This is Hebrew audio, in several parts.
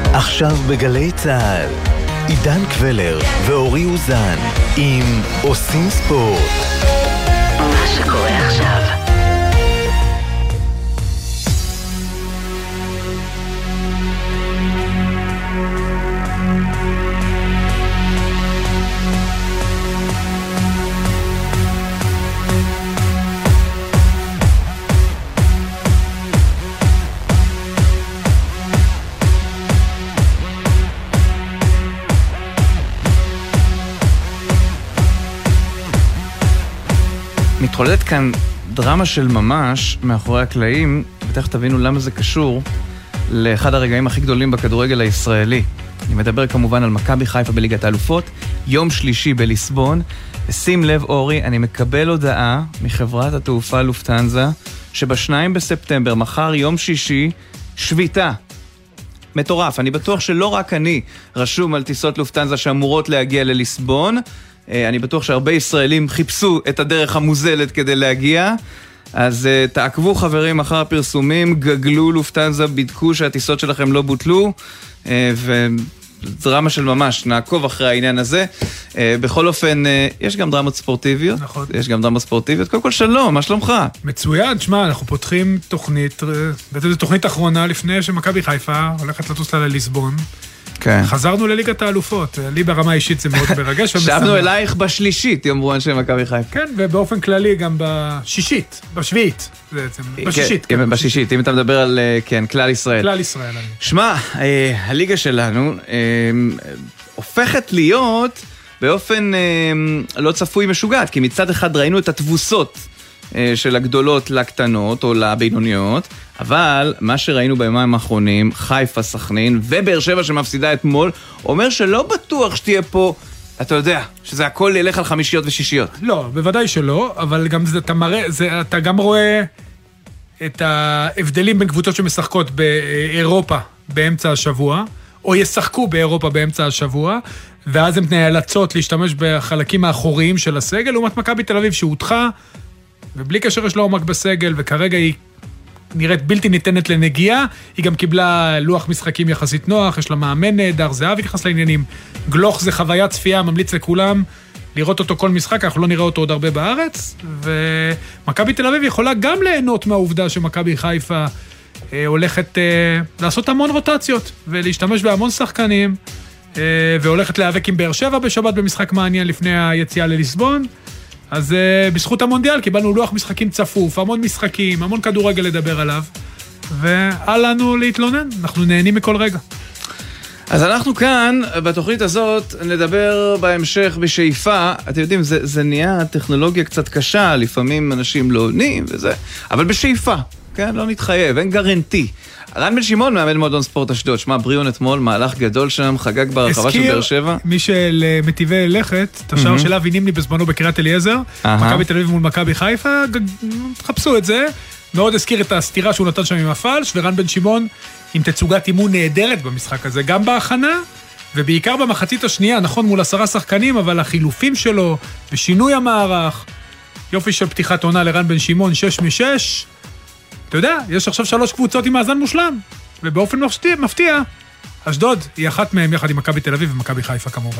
עכשיו בגלי צהל, עידן קבלר ואורי אוזן עם עושים ספורט. מה שקורה עכשיו. מתחוללת כאן דרמה של ממש מאחורי הקלעים, ותכף תבינו למה זה קשור לאחד הרגעים הכי גדולים בכדורגל הישראלי. אני מדבר כמובן על מכבי חיפה בליגת האלופות, יום שלישי בליסבון, ושים לב אורי, אני מקבל הודעה מחברת התעופה לופטנזה, שב2 בספטמבר, מחר יום שישי, שביתה. מטורף, אני בטוח שלא רק אני רשום על טיסות לופטנזה שאמורות להגיע לליסבון, אני בטוח שהרבה ישראלים חיפשו את הדרך המוזלת כדי להגיע, אז תעקבו חברים אחר הפרסומים, גגלו לופטנזה, בדקו שהטיסות שלכם לא בוטלו, ודרמה של ממש, נעקוב אחרי העניין הזה. בכל אופן, יש גם דרמות ספורטיביות, נכון. יש גם דרמות ספורטיביות. קודם כל שלום, מה שלומך? מצוין, שמע, אנחנו פותחים תוכנית, בעצם זו תוכנית אחרונה לפני שמכבי חיפה הולכת לטוס לה לליסבון. כן. חזרנו לליגת האלופות, לי ברמה האישית זה מאוד מרגש. שבנו אלייך בשלישית, יאמרו אנשי מכבי חיפה. כן, ובאופן כללי גם בשישית, בשביעית, בעצם, בשישית. כן, בשישית, אם אתה מדבר על, כן, כלל ישראל. כלל ישראל. שמע, הליגה שלנו הופכת להיות באופן לא צפוי משוגעת, כי מצד אחד ראינו את התבוסות של הגדולות לקטנות או לבינוניות, אבל מה שראינו בימים האחרונים, חיפה, סכנין ובאר שבע שמפסידה אתמול, אומר שלא בטוח שתהיה פה, אתה יודע, שזה הכל ילך על חמישיות ושישיות. לא, בוודאי שלא, אבל גם זה, אתה גם רואה את ההבדלים בין קבוצות שמשחקות באירופה באמצע השבוע, או ישחקו באירופה באמצע השבוע, ואז הן נאלצות להשתמש בחלקים האחוריים של הסגל, לעומת מכבי תל אביב שהותחה, ובלי קשר יש לה עומק בסגל, וכרגע היא נראית בלתי ניתנת לנגיעה, היא גם קיבלה לוח משחקים יחסית נוח, יש לה מאמן נהדר, זהבי נכנס לעניינים, גלוך זה חוויית צפייה, ממליץ לכולם לראות אותו כל משחק, אנחנו לא נראה אותו עוד הרבה בארץ, ומכבי תל אביב יכולה גם ליהנות מהעובדה שמכבי חיפה הולכת לעשות המון רוטציות, ולהשתמש בהמון שחקנים, והולכת להיאבק עם באר שבע בשבת במשחק מעניין לפני היציאה לליסבון, אז בזכות המונדיאל קיבלנו לוח משחקים צפוף, המון משחקים, המון כדורגל לדבר עליו, ועל לנו להתלונן, אנחנו נהנים מכל רגע. אז אנחנו כאן, בתוכנית הזאת, נדבר בהמשך בשאיפה, אתם יודעים, זה נהיה טכנולוגיה קצת קשה, לפעמים אנשים לא עונים וזה, אבל בשאיפה, כן, לא נתחייב, אין גרנטי. רן בן שמעון מאמן מועדון ספורט אשדוד, שמע בריאון אתמול, מהלך גדול שם, חגג ברחבה של באר שבע. הזכיר מי של מטיבי לכת, את השער של אבי נימני בזמנו בקריית אליעזר, מכבי תל אביב מול מכבי חיפה, תחפשו את זה, מאוד הזכיר את הסתירה שהוא נתן שם עם הפלש, ורן בן שמעון עם תצוגת אימון נהדרת במשחק הזה, גם בהכנה, ובעיקר במחצית השנייה, נכון מול 10 שחקנים, אבל החילופים שלו, ושינוי המערך, יופי של פתיחת עונה לרן בן שמעון, 6 מ-6, אתה יודע, יש עכשיו 3 קבוצות עם מאזן מושלם, ובאופן מפתיע, אשדוד היא אחת מהם יחד עם מכבי תל אביב ומכבי חיפה כמובן.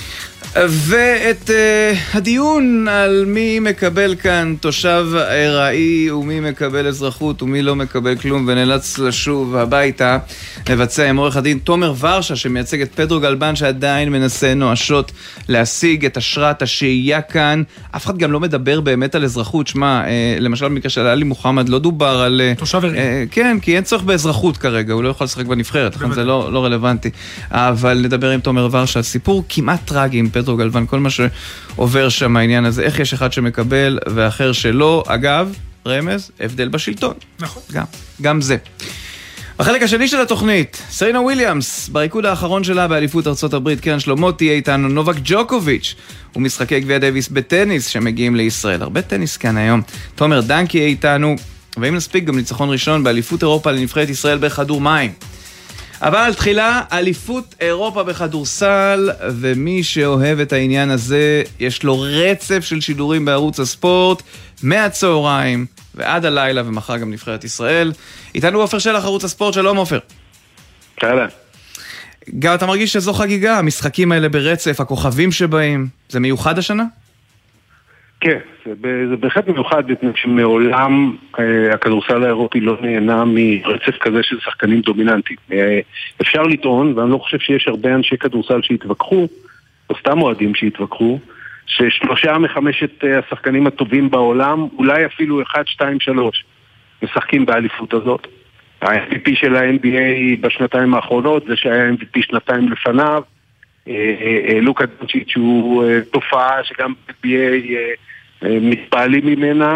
ואת הדיון על מי מקבל כאן תושב ארעי ומי מקבל אזרחות ומי לא מקבל כלום ונאלץ לשוב הביתה, לבצע עם עורך הדין תומר ורשה שמייצג את פדרו גלבן שעדיין מנסה נואשות להשיג את אשרת השהייה כאן. אף אחד גם לא מדבר באמת על אזרחות. שמה, למשל במקרה של עלי מוחמד לא דובר על תושב ארעי. כן, כי אין צורך באזרחות כרגע, הוא לא יכול לשחק בנבחרת, זה לא רלוונטי. אבל נדבר עם תומר ורשה, סיפור כמעט טרגי עם פדרו גלבן, כל מה שעובר שם העניין הזה, איך יש אחד שמקבל ואחר שלא. אגב, רמז, הבדל בשלטון. נכון. גם זה. בחלק השני של התוכנית, סרינה וויליאמס, בריקוד האחרון שלה באליפות ארצות הברית, קרן שלמה תהיה איתנו, נובק ג'וקוביץ' ומשחקי גביע דייוויס בטניס שמגיעים לישראל. הרבה טניס כאן היום. תומר דנקי יהיה איתנו, ואם נספיק גם ניצחון ראשון באליפות אירופה לנבחרת ישראל בכדור מים. אבל תחילה, אליפות אירופה בכדורסל, ומי שאוהב את העניין הזה, יש לו רצף של שידורים בערוץ הספורט, מהצהריים ועד הלילה, ומחר גם נבחרת ישראל. איתנו עופר שלח, ערוץ הספורט, שלום עופר. תהלן. גם אתה מרגיש שזו חגיגה, המשחקים האלה ברצף, הכוכבים שבהם, זה מיוחד השנה? כן, זה בהחלט מיוחד, שמעולם הכדורסל האירופי לא נהנה מרצף כזה של שחקנים דומיננטיים. אפשר לטעון, ואני לא חושב שיש הרבה אנשי כדורסל שהתווכחו, או סתם אוהדים שהתווכחו, ששלושה מחמשת השחקנים הטובים בעולם, אולי אפילו 1, 2, 3, משחקים באליפות הזאת. ה-MVP של ה-NBA בשנתיים האחרונות, זה שהיה MVP שנתיים לפניו, לוקה דונצ'יץ' הוא תופעה שגם ב-NBA מתפעלים ממנה.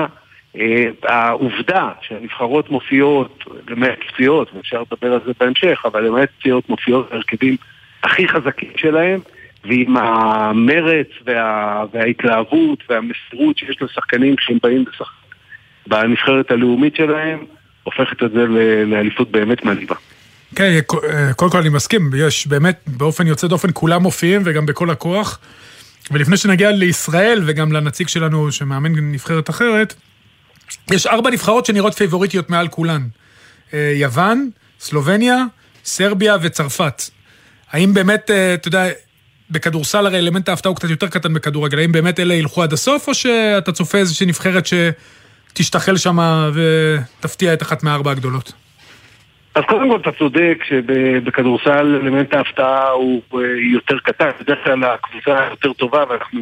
העובדה שהנבחרות מופיעות, למעט פציעות, ואפשר לדבר על זה בהמשך, אבל למעט פציעות מופיעות בהרכבים הכי חזקים שלהם, ועם המרץ וההתלהבות והמסירות שיש לשחקנים כשהם באים בנבחרת הלאומית שלהם, הופכת את זה לאליפות באמת מעליבה. כן, קודם כל אני מסכים, יש באמת באופן יוצא דופן כולם מופיעים וגם בכל הכוח, ולפני שנגיע לישראל וגם לנציג שלנו שמאמן נבחרת אחרת, יש 4 נבחרות שנראות פייבוריטיות מעל כולן, יוון, סלובניה, סרביה וצרפת. האם באמת, אתה יודע, בכדורסל הרי אלמנט ההפתעה הוא קצת יותר קטן בכדורגל, האם באמת אלה ילכו עד הסוף או שאתה צופה איזושהי נבחרת שתשתחל שמה ותפתיע את אחת מה4 הגדולות? אז קודם כל אתה צודק שבכדורסל אלמנט ההפתעה הוא יותר קטן, בדרך כלל הקבוצה יותר טובה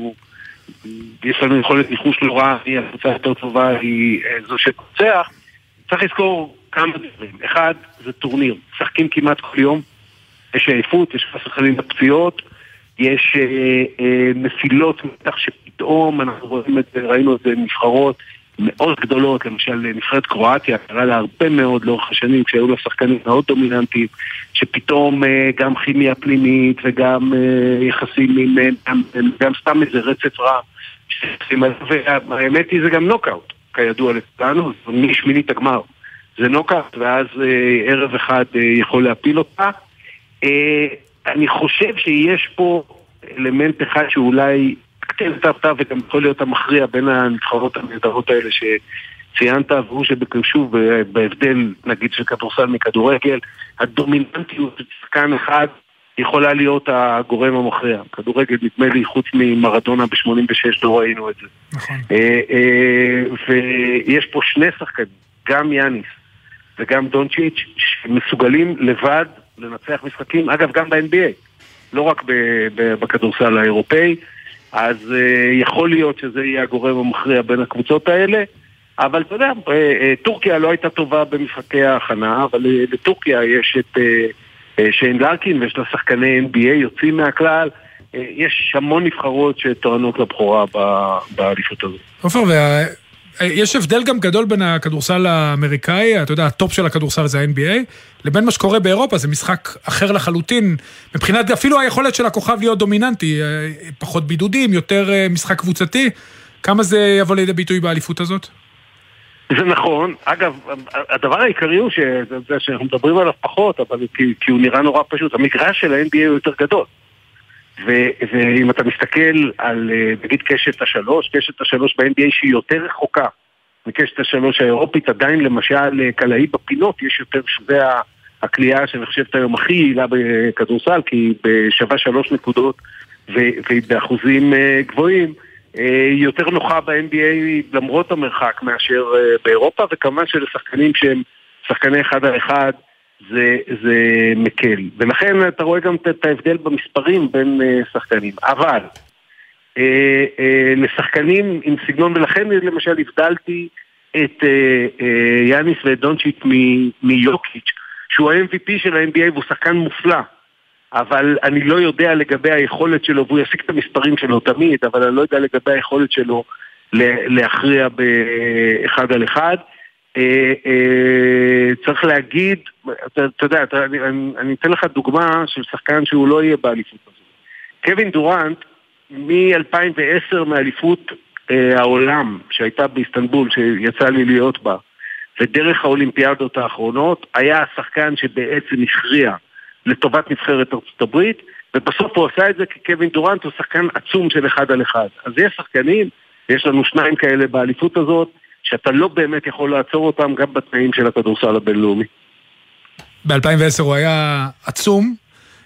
יש לנו יכולת ניחוש לא רע, הקבוצה יותר טובה היא זו שתוצח. צריך לזכור כמה דברים. אחד, זה טורניר, שחקים כמעט כל יום, יש עייפות, יש שחקנים בפציעות, יש נפילות מתח שפתאום אנחנו ראינו את זה נבחרות מאוד גדולות, למשל נבחרת קרואטיה, קרה לה הרבה מאוד לאורך השנים, כשהיו לה שחקנים מאוד דומיננטיים, שפתאום גם כימיה פנימית וגם יחסים עם, גם סתם איזה רצף רע, והאמת היא זה גם נוקאוט, כידוע לכולנו, משמינית הגמר, זה נוקאוט, ואז ערב אחד יכול להפיל אותה. אני חושב שיש פה אלמנט אחד שאולי קטן את ההפתעה וגם יכול להיות המכריע בין הנבחרות הנהדרות האלה שציינת, והוא שבשוב בהבדל נגיד של כדורסל מכדורגל, הדומיננטיות שחקן אחד יכולה להיות הגורם המכריע. כדורגל נדמה לי חוץ ממרדונה ב-86 לא ראינו את זה. נכון. ויש פה 2 שחקנים, גם יאניס וגם דונצ'יץ' שמסוגלים לבד לנצח משחקים, אגב גם ב-NBA, לא רק בכדורסל האירופאי, אז יכול להיות שזה יהיה הגורם המכריע בין הקבוצות האלה, אבל אתה יודע, טורקיה לא הייתה טובה במשחקי ההכנה, אבל לטורקיה יש את שיין לרקין ויש לה שחקני NBA יוצאים מהכלל, יש המון נבחרות שטוענות לבחורה באליפות הזאת. עופר, יש הבדל גם גדול בין הכדורסל האמריקאי, אתה יודע, הטופ של הכדורסל זה ה-NBA, לבין מה שקורה באירופה, זה משחק אחר לחלוטין, מבחינת אפילו היכולת של הכוכב להיות דומיננטי, פחות בידודים, יותר משחק קבוצתי, כמה זה יבוא לידי ביטוי באליפות הזאת? זה נכון, אגב, הדבר העיקרי הוא שאנחנו מדברים עליו פחות, אבל כי הוא נראה נורא פשוט, המגרש של ה-NBA הוא יותר גדול. ואם אתה מסתכל על, נגיד, קשת השלוש ב-NBA שהיא יותר רחוקה מקשת השלוש האירופית, עדיין למשל קלעי בפינות יש יותר, שזה הקליעה שנחשבת היום הכי יעילה בכדורסל, כי היא בשווה 3 נקודות והיא באחוזים גבוהים, היא יותר נוחה ב-NBA למרות המרחק מאשר באירופה, וכמובן שלשחקנים שהם שחקני 1-על-1 זה מקל, ולכן אתה רואה גם את ההבדל במספרים בין שחקנים, אבל לשחקנים עם סגנון, ולכן למשל הבדלתי את יאניס ואת דונצ'יץ' מיוקיץ', שהוא ה-MVP של ה-NBA והוא שחקן מופלא, אבל אני לא יודע לגבי היכולת שלו, והוא יסיק את המספרים שלו תמיד, אבל אני לא יודע לגבי היכולת שלו להכריע ב-1-על-1. צריך להגיד, אתה יודע, אני אתן לך דוגמה של שחקן שהוא לא יהיה באליפות הזאת. קווין דורנט, מ-2010 מאליפות העולם שהייתה באיסטנבול, שיצא לי להיות בה, ודרך האולימפיאדות האחרונות, היה השחקן שבעצם הכריע לטובת נבחרת ארצות הברית, ובסוף הוא עשה את זה כי קווין דורנט הוא שחקן עצום של 1-על-1. אז יש שחקנים, יש לנו 2 כאלה באליפות הזאת, שאתה לא באמת יכול לעצור אותם גם בתנאים של הכדורסל הבינלאומי. ב-2010 הוא היה עצום,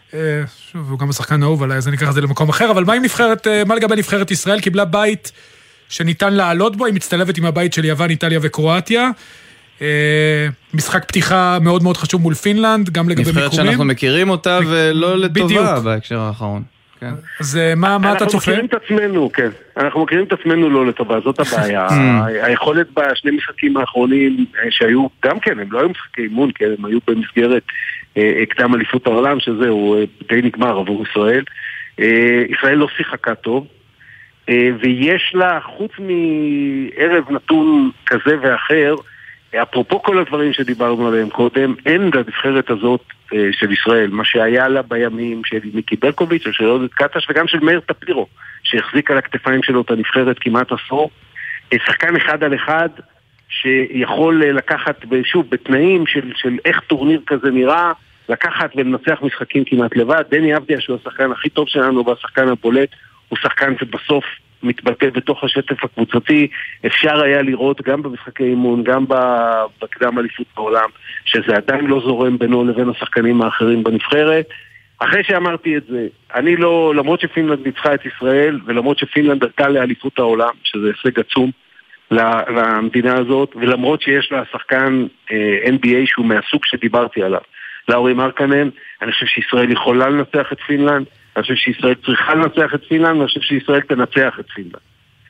שוב, הוא גם השחקן אהוב עליי, אז אני אקח את זה למקום אחר, אבל מה לגבי נבחרת ישראל? קיבלה בית שניתן לעלות בו, היא מצטלבת עם הבית של יוון, איטליה וקרואטיה, משחק פתיחה מאוד מאוד חשוב מול פינלנד, גם לגבי מיקומים. נבחרת שאנחנו מכירים אותה ולא לטובה בהקשר האחרון. אז מה אתה צופה? אנחנו מכירים את עצמנו, כן. אנחנו מכירים את עצמנו לא לטובה, זאת הבעיה. היכולת בשני משחקים האחרונים שהיו, גם כן, הם לא היו משחקי אימון, כן, הם היו במסגרת קדם אליפות העולם, שזהו די נגמר עבור ישראל. ישראל לא שיחקה טוב, ויש לה, חוץ מערב נתון כזה ואחר, אפרופו כל הדברים שדיברנו עליהם קודם, אין לנבחרת הזאת של ישראל, מה שהיה לה בימים של מיקי ברקוביץ' או של עודד קטש וגם של מאיר טפירו, שהחזיק על הכתפיים שלו את הנבחרת כמעט עשור, שחקן אחד על אחד שיכול לקחת, שוב, בתנאים של איך טורניר כזה נראה, לקחת ולנצח משחקים כמעט לבד. דני אבדיה, שהוא השחקן הכי טוב שלנו והשחקן הבולט, הוא שחקן שבסוף מתבטא בתוך השטף הקבוצתי. אפשר היה לראות גם במשחקי אימון, גם בקדם אליפות בעולם, שזה עדיין לא זורם בינו לבין השחקנים האחרים בנבחרת. אחרי שאמרתי את זה, אני לא, למרות שפינלנד ניצחה את ישראל, ולמרות שפינלנד עלתה לאליפות העולם, שזה הישג עצום למדינה הזאת, ולמרות שיש לה שחקן NBA שהוא מהסוג שדיברתי עליו, לאורי מרקנן, אני חושב שישראל יכולה לנצח את פינלנד, אני חושב שישראל צריכה לנצח את פינלנד, ואני חושב שישראל תנצח את פינלנד.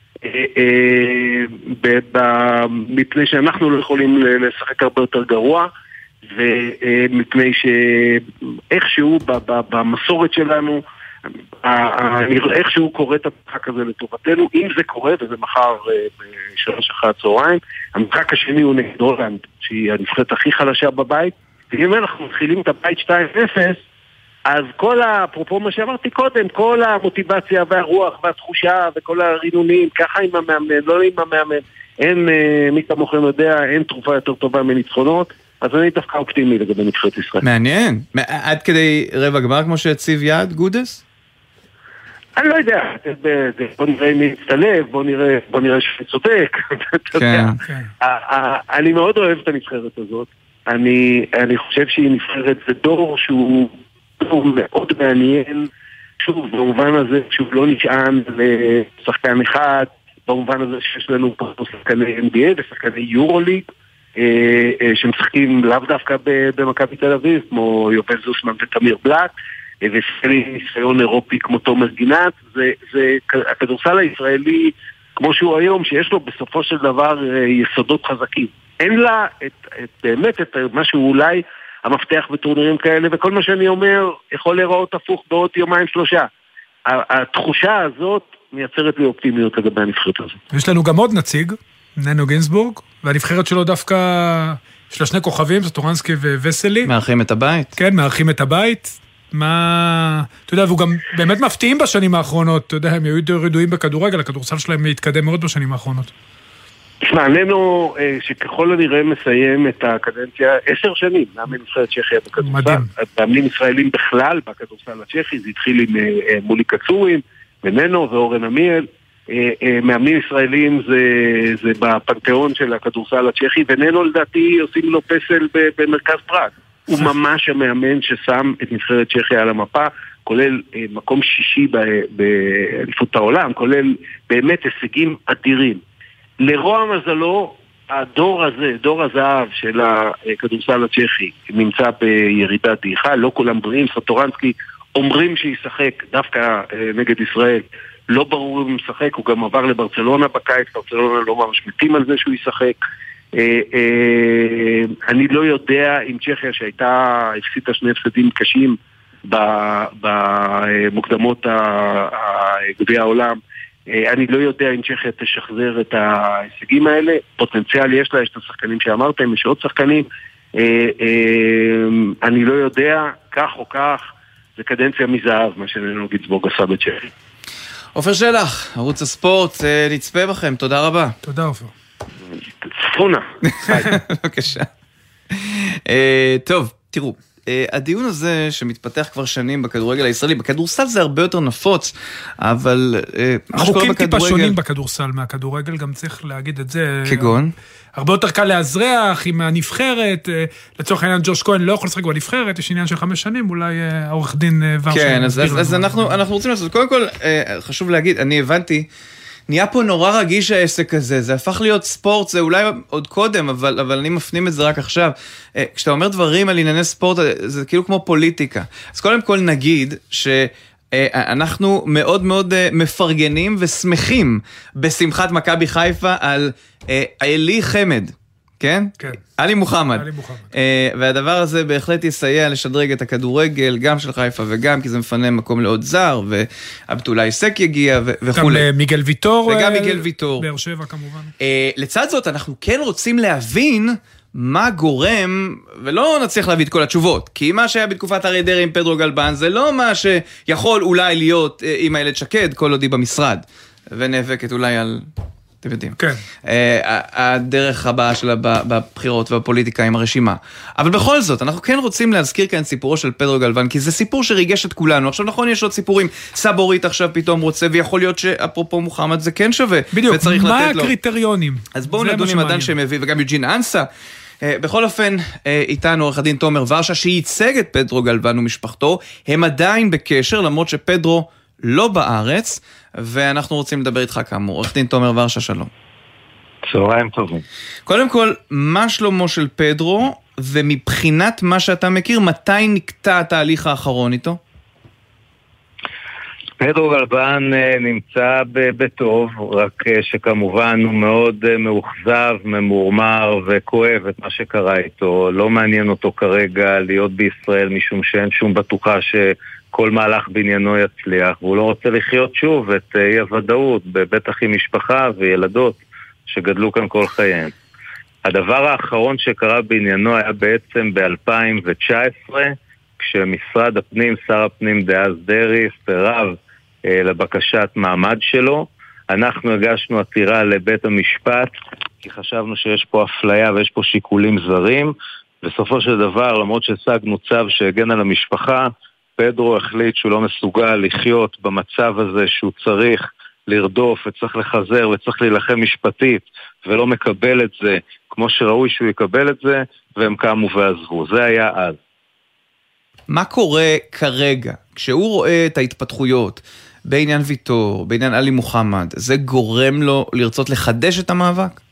מפני שאנחנו לא יכולים לשחק הרבה יותר גרוע, ומפני שאיכשהו במסורת שלנו, איכשהו קורה את המשחק הזה לטובתנו. אם זה קורה, וזה מחר ב3 אחרי הצהריים, המשחק השני הוא נגד הולנד, שהיא הנבחרת הכי חלשה בבית, ואם אנחנו מתחילים את הבית 2-0, אז כל אפרופו מה שאמרתי קודם, כל המוטיבציה והרוח והתחושה וכל הרינונים, ככה עם המאמן, לא עם המאמן, אין, מי כמוכם יודע, אין תרופה יותר טובה מניצחונות, אז אני דווקא אופטימי לגבי נבחרת ישראל. מעניין. עד כדי רבע גמר כמו שהציב יעד גודס? אני לא יודע, בוא נראה מי יצטלב, בוא נראה שאני צודק. אני מאוד אוהב את הנבחרת הזאת. אני חושב שהיא נבחרת, זה דור שהוא מאוד מעניין, שוב, במובן הזה שהוא לא נשען לשחקן אחד, במובן הזה שיש לנו פה שחקני NBA ושחקני יורוליג, שמשחקים לאו דווקא במכבי תל אביב, כמו יובל זוסמן ותמיר בלאט, ושחקני ניסיון אירופי כמו תומר גינת. זה הכדורסל הישראלי, כמו שהוא היום, שיש לו בסופו של דבר יסודות חזקים. אין לה באמת את מה שהוא אולי המפתח בטורנירים כאלה, וכל מה שאני אומר יכול להיראות הפוך בעוד יומיים שלושה. התחושה הזאת מייצרת לי אופטימיות לגבי הנבחרת הזאת. יש לנו גם עוד נציג, ננו גינסבורג, והנבחרת שלו דווקא, יש לה שני כוכבים, סטורנסקי ווסלי. מארחים את הבית. כן, מארחים את הבית. מה, אתה יודע, והוא גם באמת מפתיעים בשנים האחרונות, אתה יודע, הם היו ידועים בכדורגל, הכדורסל שלהם התקדם מאוד בשנים האחרונות. תשמע, ננו שככל הנראה מסיים את הקדנציה 10 שנים, מאמן נבחרת צ'כיה בכדורסל, מאמנים ישראלים בכלל בכדורסל הצ'כי, זה התחיל עם מולי קצורים, וננו ואורן עמיאל, מאמנים ישראלים זה בפנתיאון של הכדורסל הצ'כי, וננו לדעתי עושים לו פסל במרכז פראג. הוא ממש המאמן ששם את נבחרת צ'כיה על המפה, כולל מקום שישי באליפות העולם, כולל באמת הישגים אדירים. לרוע מזלו, הדור הזה, דור הזהב של הכדורסל הצ'כי, נמצא בירידת דעיכה, לא כולם בריאים. סטורנסקי אומרים שישחק דווקא נגד ישראל, לא ברור אם ישחק, הוא גם עבר לברצלונה בקיץ, ברצלונה לא ממש מתים על זה שהוא ישחק. אני לא יודע אם צ'כיה שהייתה, הפסידה 2 הפסדים קשים במוקדמות גביע העולם, אני לא יודע אם צ'כיה תשחזר את ההישגים האלה. פוטנציאל יש לה, יש את השחקנים שאמרתם, יש עוד שחקנים, אני לא יודע, כך או כך, זה קדנציה מזהב, מה שננו גינסבורג עשה בצ'כיה. עופר שלח, ערוץ הספורט, נצפה בכם, תודה רבה. תודה עופר. צפונה. בבקשה. טוב, תראו. הדיון הזה שמתפתח כבר שנים בכדורגל הישראלי, בכדורסל זה הרבה יותר נפוץ, אבל החוקים טיפה שונים בכדורסל מהכדורגל, גם צריך להגיד את זה. כגון? הרבה יותר קל להזרח עם הנבחרת, לצורך העניין ג'וש כהן לא יכול לשחק בנבחרת, יש עניין של 5 שנים, אולי העורך דין ורשה. כן, אז אנחנו רוצים לעשות, קודם כל חשוב להגיד, אני הבנתי, נהיה פה נורא רגיש העסק הזה, זה הפך להיות ספורט, זה אולי עוד קודם, אבל אני מפנים את זה רק עכשיו. כשאתה אומר דברים על ענייני ספורט, זה כאילו כמו פוליטיקה. אז קודם כל נגיד שאנחנו מאוד מאוד מפרגנים ושמחים בשמחת מכבי חיפה על עלי חמד, כן? כן. עלי מוחמד. והדבר הזה בהחלט יסייע לשדרג את הכדורגל, גם של חיפה וגם, כי זה מפנה מקום לעוד זר, ואבטולאי סק יגיע וכו'. גם מיגל ויטור. וגם מיגל ויטור. באר שבע כמובן. לצד זאת, אנחנו כן רוצים להבין מה גורם, ולא נצליח להביא את כל התשובות, כי מה שהיה בתקופת אריה דרעי עם פדרו גלבן, זה לא מה שיכול אולי להיות עם איילת שקד, כל עוד היא במשרד, ונאבקת אולי על... אתם יודעים. כן. הדרך הבאה שלה בבחירות והפוליטיקה עם הרשימה. אבל בכל זאת, אנחנו כן רוצים להזכיר כאן סיפורו של פדרו גלבן, כי זה סיפור שריגש את כולנו. עכשיו נכון, יש עוד סיפורים. סבורית עכשיו פתאום רוצה, ויכול להיות שאפרופו מוחמד זה כן שווה. בדיוק, מה הקריטריונים? אז בואו נדון עם אדן שמביא, וגם יוג'ין אנסה. בכל אופן, איתנו עורך הדין תומר ורשה, שייצג את פדרו גלבן ומשפחתו. הם עדיין בקשר, למרות שפדרו לא בארץ, ואנחנו רוצים לדבר איתך כאמור. עורך דין תומר ורשה, שלום. צהריים טובים. קודם כל, מה שלומו של פדרו, ומבחינת מה שאתה מכיר, מתי נקטע התהליך האחרון איתו? פדרו גלבן נמצא בטוב, רק שכמובן הוא מאוד מאוכזב, ממורמר וכואב את מה שקרה איתו. לא מעניין אותו כרגע להיות בישראל, משום שאין שום בטוחה כל מהלך בעניינו יצליח, והוא לא רוצה לחיות שוב את אי הוודאות, בטח עם משפחה וילדות שגדלו כאן כל חייהם. הדבר האחרון שקרה בעניינו היה בעצם ב-2019, כשמשרד הפנים, שר הפנים דאז דרעי, סירב לבקשת מעמד שלו. אנחנו הגשנו עתירה לבית המשפט, כי חשבנו שיש פה אפליה ויש פה שיקולים זרים. בסופו של דבר, למרות שהשגנו צו שהגן על המשפחה, פדרו החליט שהוא לא מסוגל לחיות במצב הזה, שהוא צריך לרדוף וצריך לחזר וצריך להילחם משפטית, ולא מקבל את זה כמו שראוי שהוא יקבל את זה, והם קמו ועזבו. זה היה אז. מה קורה כרגע, כשהוא רואה את ההתפתחויות בעניין ויטור, בעניין עלי מוחמד, זה גורם לו לרצות לחדש את המאבק?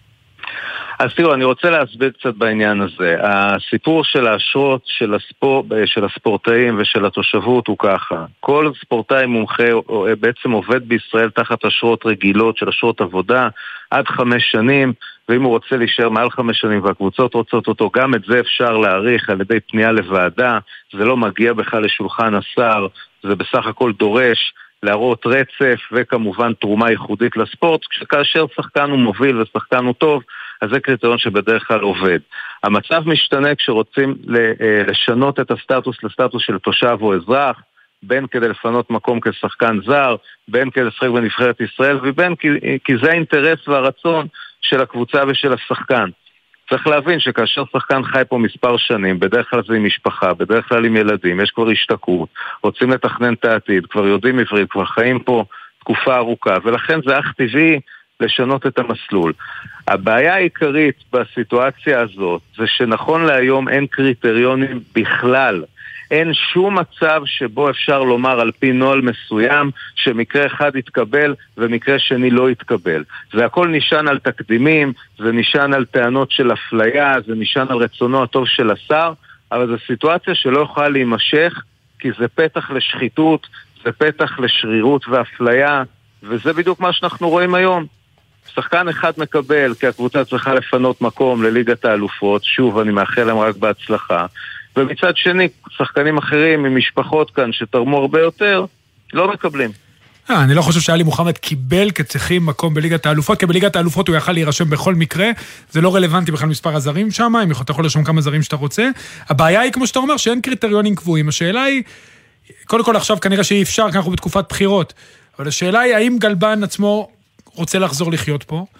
אז תראו, אני רוצה להסביר קצת בעניין הזה. הסיפור של האשרות של הספורטאים ושל התושבות הוא ככה. כל ספורטאי מומחה בעצם עובד בישראל תחת אשרות רגילות של אשרות עבודה עד 5 שנים, ואם הוא רוצה להישאר מעל 5 שנים והקבוצות רוצות אותו, גם את זה אפשר להאריך על ידי פנייה לוועדה. זה לא מגיע בכלל לשולחן השר, זה בסך הכל דורש להראות רצף וכמובן תרומה ייחודית לספורט, כאשר שחקן הוא מוביל ושחקן הוא טוב, אז זה קריטריון שבדרך כלל עובד. המצב משתנה כשרוצים לשנות את הסטטוס לסטטוס של תושב או אזרח, בין כדי לפנות מקום כשחקן זר, בין כדי לשחק בנבחרת ישראל, ובין כי זה האינטרס והרצון של הקבוצה ושל השחקן. צריך להבין שכאשר שחקן חי פה מספר שנים, בדרך כלל זה עם משפחה, בדרך כלל עם ילדים, יש כבר השתקעות, רוצים לתכנן את העתיד, כבר יודעים עברית, כבר חיים פה תקופה ארוכה, ולכן זה אך טבעי לשנות את המסלול. הבעיה העיקרית בסיטואציה הזאת, זה שנכון להיום אין קריטריונים בכלל, אין שום מצב שבו אפשר לומר על פי נוהל מסוים שמקרה אחד יתקבל ומקרה שני לא יתקבל. זה הכל נשען על תקדימים, זה נשען על טענות של אפליה, זה נשען על רצונו הטוב של השר, אבל זו סיטואציה שלא יכולה להימשך, כי זה פתח לשחיתות, זה פתח לשרירות ואפליה, וזה בדיוק מה שאנחנו רואים היום. שחקן אחד מקבל, כי הקבוצה צריכה לפנות מקום לליגת האלופות, שוב אני מאחל להם רק בהצלחה, ומצד שני, שחקנים אחרים עם משפחות כאן שתרמו הרבה יותר, לא מקבלים. אני לא חושב שעלי מוחמד קיבל כצריכים מקום בליגת האלופות, כי בליגת האלופות הוא יכל להירשם בכל מקרה, זה לא רלוונטי בכלל מספר הזרים שם, אתה יכול לרשום כמה זרים שאתה רוצה. הבעיה היא, כמו שאתה אומר, שאין קריטריונים קבועים. השאלה היא, קודם כל עכשיו כנראה שאי אפשר, כי אנחנו בתקופת בחירות, אבל השאלה היא, האם גלבן עצמו רוצה לחזור לחיות פה,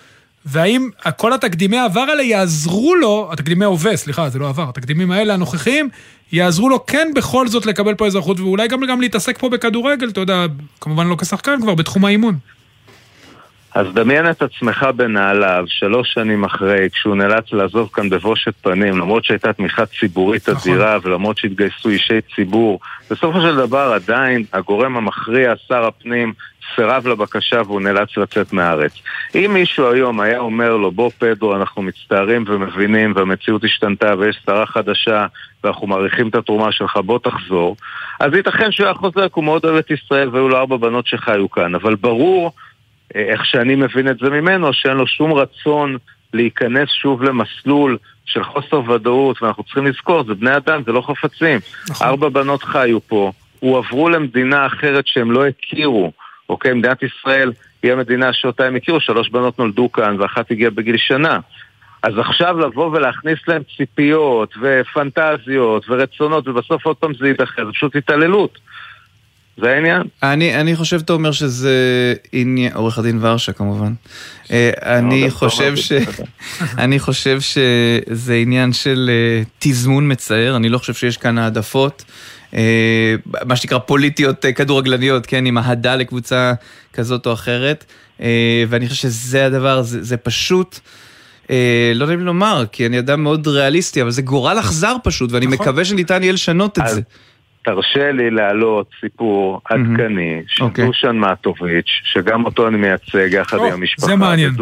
והאם כל התקדימי העבר האלה יעזרו לו, התקדימי הווה, סליחה, זה לא עבר, התקדימים האלה הנוכחיים, יעזרו לו כן בכל זאת לקבל פה אזרחות, ואולי גם להתעסק פה בכדורגל, אתה יודע, כמובן לא כשחקן כבר, בתחום האימון. אז דמיין את עצמך בנעליו 3 שנים אחרי, כשהוא נאלץ לעזוב כאן בבושת פנים, למרות שהייתה תמיכה ציבורית אדירה, ולמרות שהתגייסו אישי ציבור. בסופו של דבר עדיין הגורם המכריע, שר הפנים, סירב לבקשה והוא נאלץ לצאת מהארץ. אם מישהו היום היה אומר לו, בוא פדרו, אנחנו מצטערים ומבינים, והמציאות השתנתה ויש שרה חדשה, ואנחנו מעריכים את התרומה שלך, בוא תחזור, אז ייתכן שהוא היה חוזר, הוא מאוד אוהב את ישראל, והיו לו 4 בנות שחיו כאן, אבל ברור, איך שאני מבין את זה ממנו, שאין לו שום רצון להיכנס שוב למסלול של חוסר ודאות, ואנחנו צריכים לזכור, זה בני אדם, זה לא חפצים. 4 בנות חיו פה, הועברו למדינה אחרת שהם לא הכירו, אוקיי, מדינת ישראל היא המדינה שאותה הם הכירו, 3 בנות נולדו כאן, ואחת הגיעה בגיל שנה. אז עכשיו לבוא ולהכניס להם ציפיות, ופנטזיות, ורצונות, ובסוף עוד פעם זה יידחה, זה פשוט התעללות. זה העניין? אני חושב, אתה אומר שזה עניין, עורך הדין ורשה כמובן. אני חושב שזה עניין של תזמון מצער, אני לא חושב שיש כאן העדפות, מה שנקרא פוליטיות כדורגלניות, כן, עם ההדה לקבוצה כזאת או אחרת, ואני חושב שזה הדבר, זה פשוט, לא יודעים לומר, כי אני אדם מאוד ריאליסטי, אבל זה גורל אכזר פשוט, ואני מקווה שניתן יהיה לשנות את זה. תרשה לי להעלות סיפור עדכני של דושן מטוביץ', שגם אותו אני מייצג יחד עם המשפחה. זה מעניין.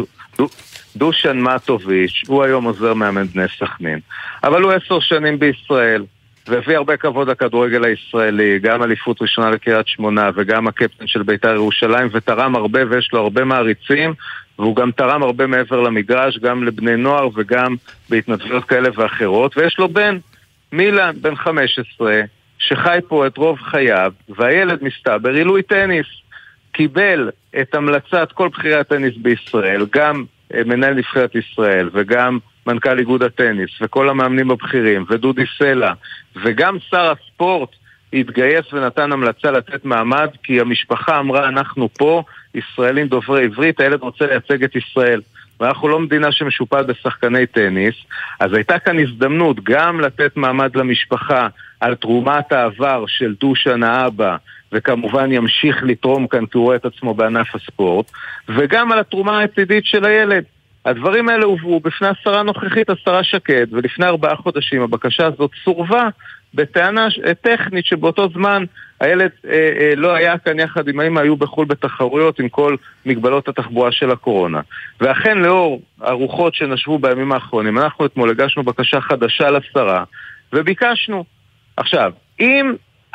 דושן מטוביץ', הוא היום עוזר מאמן בני סכנין, אבל הוא 10 שנים בישראל, והביא הרבה כבוד לכדורגל הישראלי, גם אליפות ראשונה לקריית שמונה, וגם הקפטן של בית"ר ירושלים, ותרם הרבה ויש לו הרבה מעריצים, והוא גם תרם הרבה מעבר למגרש, גם לבני נוער וגם בהתנדבויות כאלה ואחרות, ויש לו בן, מילן, בן 15, שחי פה את רוב חייו, והילד מסתבר עילוי טניס, קיבל את המלצת כל בכירי הטניס בישראל, גם מנהל נבחרת ישראל, וגם מנכ"ל איגוד הטניס, וכל המאמנים הבכירים, ודודי סלע, וגם שר הספורט התגייס ונתן המלצה לתת מעמד, כי המשפחה אמרה, אנחנו פה, ישראלים דוברי עברית, הילד רוצה לייצג את ישראל. ואנחנו לא מדינה שמשופעת בשחקני טניס, אז הייתה כאן הזדמנות גם לתת מעמד למשפחה על תרומת העבר של דושן האבא, וכמובן ימשיך לתרום כאן כי הוא רואה את עצמו בענף הספורט, וגם על התרומה העתידית של הילד. הדברים האלה הובאו בפני השרה הנוכחית, השרה שקד, ולפני 4 חודשים הבקשה הזאת סורבה בטענה טכנית שבאותו זמן הילד לא היה כאן יחד עם האמא, היו בחול בתחרויות עם כל מגבלות התחבורה של הקורונה. ואכן לאור הרוחות שנשבו בימים האחרונים, אנחנו אתמול הגשנו בקשה חדשה לשרה, וביקשנו. עכשיו, אם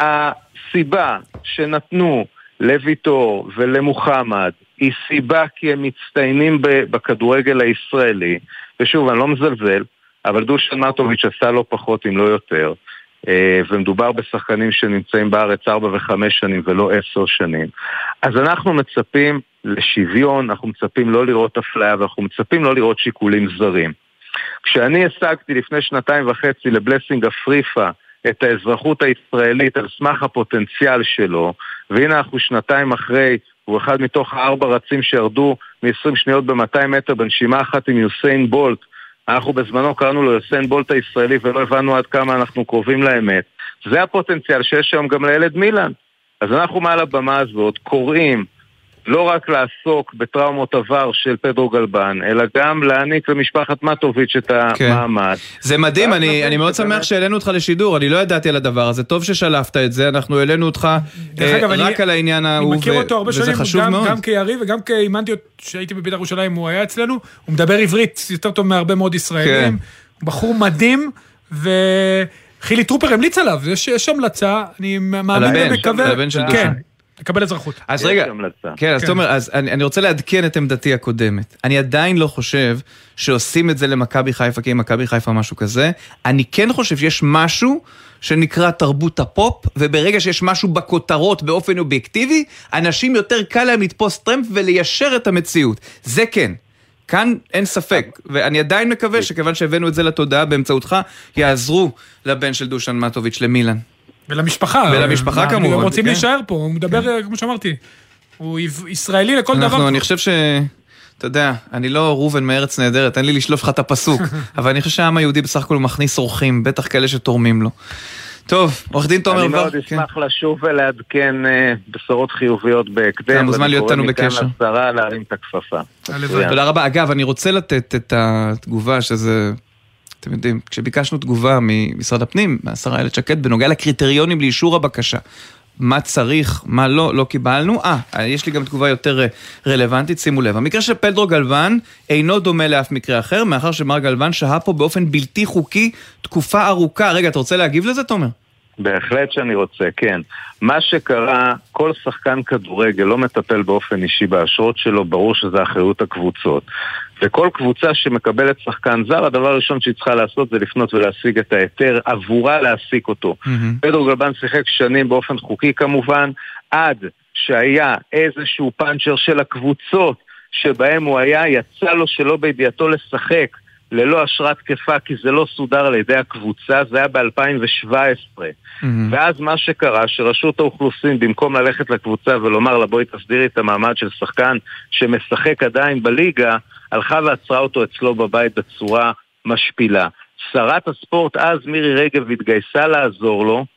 הסיבה שנתנו לויטור ולמוחמד היא סיבה כי הם מצטיינים בכדורגל הישראלי, ושוב, אני לא מזלזל, אבל דושן מטוביץ' עשה לא פחות אם לא יותר, ומדובר בשחקנים שנמצאים בארץ 4 ו5 שנים ולא 10 שנים. אז אנחנו מצפים לשוויון, אנחנו מצפים לא לראות אפליה, ואנחנו מצפים לא לראות שיקולים זרים. כשאני השגתי לפני 2.5 לבלסינג אפריפה את האזרחות הישראלית על סמך הפוטנציאל שלו, והנה אנחנו 2 אחרי, הוא אחד מתוך 4 רצים שירדו מ-20 שניות ב-200 מטר בנשימה אחת עם יוסיין בולט, אנחנו בזמנו קראנו לו יוסיין בולט הישראלי ולא הבנו עד כמה אנחנו קרובים לאמת. זה הפוטנציאל שיש שם גם לילד מילן. אז אנחנו מעל הבמה הזאת קוראים לא רק לעסוק בטראומות עבר של פדרו גלבן, אלא גם להעניק למשפחת מטוביץ' את המעמד. זה מדהים, אני מאוד שמח שהעלינו אותך לשידור, אני לא ידעתי על הדבר הזה, טוב ששלפת את זה, אנחנו העלינו אותך רק על העניין ההוא, אני מכיר אותו הרבה שנים, גם כיריב וגם כאימנתי שהייתי בבית"ר ירושלים, הוא היה אצלנו, הוא מדבר עברית יותר טוב מהרבה מאוד ישראלים, הוא בחור מדהים, וחילי טרופר המליץ עליו, יש המלצה, אני מאמין ומקווה, לבן של דושן. לקבל אזרחות. אז רגע, כן, אז תומר, אז אני רוצה לעדכן את עמדתי הקודמת. אני עדיין לא חושב שעושים את זה למכבי חיפה, כי אם מכבי חיפה משהו כזה, אני כן חושב שיש משהו שנקרא תרבות הפופ, וברגע שיש משהו בכותרות באופן אובייקטיבי, אנשים יותר קל להם לתפוס טרמפ וליישר את המציאות. זה כן. כאן אין ספק, ואני עדיין מקווה שכיוון שהבאנו את זה לתודעה באמצעותך, יעזרו לבן של דושן מטוביץ' למילן. ולמשפחה. ולמשפחה כמובן. הם רוצים להישאר פה, הוא מדבר, כמו שאמרתי, הוא ישראלי לכל דבר. אני חושב אתה יודע, אני לא רובן מארץ נהדרת, תן לי לשלוף לך את הפסוק, אבל אני חושב שהעם היהודי בסך הכל מכניס אורחים, בטח כאלה שתורמים לו. טוב, עורך דין תומר אני מאוד אשמח לשוב ולעדכן בשורות חיוביות בהקדם. אתה מוזמן להיות איתנו בקשר. ואני קורא מכאן לשרה להרים את הכפפה. תודה רבה. אגב, אני רוצה לתת את התגובה שזה, אתם יודעים, כשביקשנו תגובה ממשרד הפנים, מהשרה איילת שקד, בנוגע לקריטריונים לאישור הבקשה. מה צריך, מה לא קיבלנו. יש לי גם תגובה יותר רלוונטית, שימו לב. המקרה של פדרו גלוון אינו דומה לאף מקרה אחר, מאחר שמר גלוון שהה פה באופן בלתי חוקי תקופה ארוכה. רגע, אתה רוצה להגיב לזה, תומר? בהחלט שאני רוצה, כן. מה שקרה, כל שחקן כדורגל לא מטפל באופן אישי באשרות שלו, ברור שזה אחריות הקבוצות. וכל קבוצה שמקבלת שחקן זר, הדבר הראשון שהיא צריכה לעשות זה לפנות ולהשיג את ההיתר עבורה להשיג אותו. פדרו גלוון שיחק שנים באופן חוקי כמובן, עד שהיה איזשהו פאנצ'ר של הקבוצות שבהם הוא היה, יצא לו שלא בידיעתו לשחק ללא אשרת תקפה, כי זה לא סודר על ידי הקבוצה, זה היה ב-2017. ואז מה שקרה, שרשות האוכלוסין, במקום ללכת לקבוצה ולומר לה, בואי תסדירי את המעמד של שחקן שמשחק עדיין בליגה, הלכה ועצרה אותו אצלו בבית בצורה משפילה. שרת הספורט אז, מירי רגב, התגייסה לעזור לו,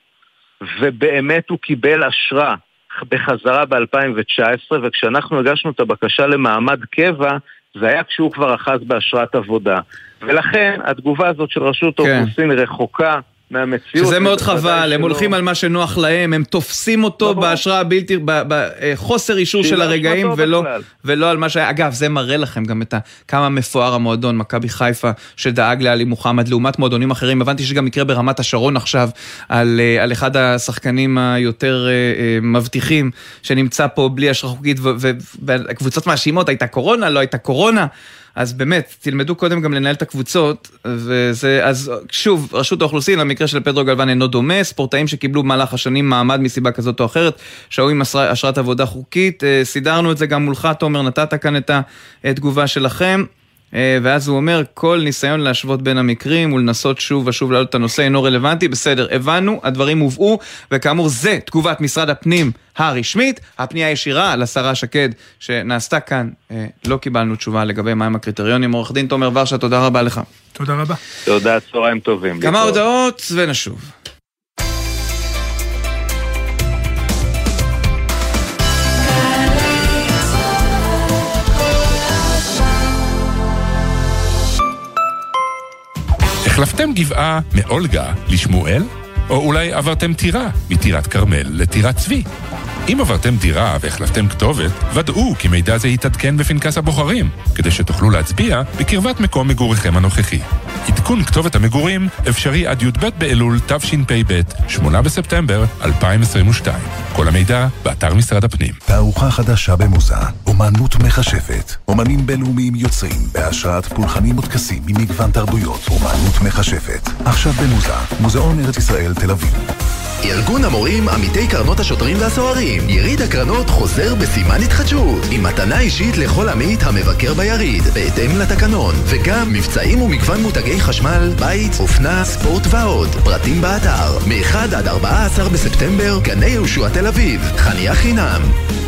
ובאמת הוא קיבל אשרה בחזרה ב-2019, וכשאנחנו הגשנו את הבקשה למעמד קבע, זה היה כשהוא כבר אחז באשרת עבודה. ולכן התגובה הזאת של רשות האוכלוסין רחוקה מהמציאות. שזה מאוד חבל, הם הולכים על מה שנוח להם, הם תופסים אותו בהשראה הבלתי, בחוסר אישור של הרגעים, ולא על מה שהיה. אגב, זה מראה לכם גם את כמה מפואר המועדון, מכבי חיפה, שדאג לעלי מוחמד, לעומת מועדונים אחרים. הבנתי שגם מקרה ברמת השרון עכשיו, על אחד השחקנים היותר מבטיחים, שנמצא פה בלי אשרה חוקית, והקבוצות מאשימות, הייתה קורונה, לא הייתה קורונה, אז באמת, תלמדו קודם גם לנהל את הקבוצות, אז שוב, רשות האוכלוסין, המקרה של פדרו גלוון אינו דומה, ספורטאים שקיבלו במהלך השנים מעמד מסיבה כזאת או אחרת, שהיו עם אשרת עבודה חוקית, סידרנו את זה גם מולך, תומר, נתת כאן את התגובה שלכם, ואז הוא אומר, כל ניסיון להשוות בין המקרים ולנסות שוב ושוב לעלות את הנושא אינו רלוונטי, בסדר, הבנו, הדברים הובאו, וכאמור זה תגובת משרד הפנים הרשמית, הפנייה הישירה לשרה שקד שנעשתה כאן, לא קיבלנו תשובה לגבי מהם הקריטריונים. עורך דין תומר ורשה, תודה רבה לך. תודה רבה. תודה, צהריים טובים. כמה הודעות ונשוב. החלפתם גבעה מאולגה לשמואל? או אולי עברתם טירה מטירת קרמל לטירת צבי? אם עברתם דירה והחלפתם כתובת, ודאו כי מידע זה יתעדכן בפנקס הבוחרים, כדי שתוכלו להצביע בקרבת מקום מגוריכם הנוכחי. עדכון כתובת המגורים אפשרי עד י"ב באלול תשפ"ב, 8 בספטמבר 2022. כל המידע באתר משרד הפנים. תערוכה חדשה במוזה, אומנות מחשפת. אומנים בינלאומיים יוצרים בהשראת פולחנים וטקסים ממגוון תרבויות. אומנות מחשפת. עכשיו במוזה, מוזיאון ארץ ישראל תל אביב. ארגון המורים עמיתי קרנות השוטרים והסוהרים. יריד הקרנות חוזר בסימן התחדשות, עם מתנה אישית לכל עמית המבקר ביריד, בהתאם לתקנון, וגם מבצעים ומגוון מותגי חשמל, בית, אופנה, ספורט ועוד. פרטים באתר. מ-1 עד 14 בספטמבר, גני יהושע תל אביב. חניה חינם.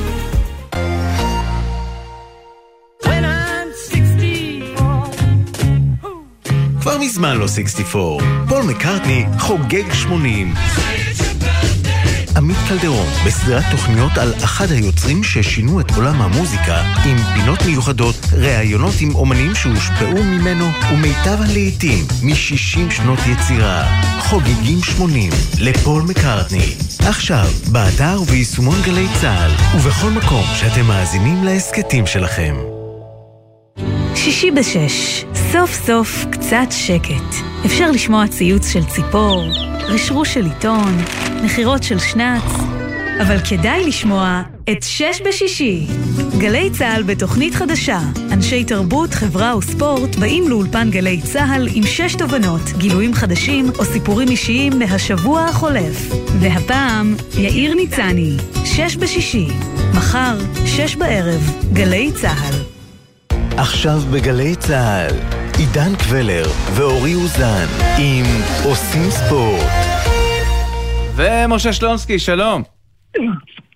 כבר מזמן לא 64. פול מקרטני חוגג 80. עמית קלדרון בסדרת תוכניות על אחד היוצרים ששינו את עולם המוזיקה, עם פינות מיוחדות, ראיונות עם אומנים שהושפעו ממנו ומיטב הלעיתים מ-60 שנות יצירה. חוגגים 80 לפול מקרטני. עכשיו, באתר ויישומון גלי צהל, ובכל מקום שאתם מאזינים להסקטים שלכם. שישי בשש, סוף סוף קצת שקט. אפשר לשמוע ציוץ של ציפור, רשרוש של עיתון, נחירות של שנץ, אבל כדאי לשמוע את 6 בשישי. גלי צהל בתוכנית חדשה. אנשי תרבות, חברה וספורט באים לאולפן גלי צהל עם 6 תובנות, גילויים חדשים או סיפורים אישיים מהשבוע החולף. והפעם, יאיר ניצני, 6 בשישי. מחר, 6 בערב, גלי צהל. עכשיו בגלי צהל, עידן קבלר ואורי אוזן עם עושים ספורט. ומשה שלונסקי, שלום.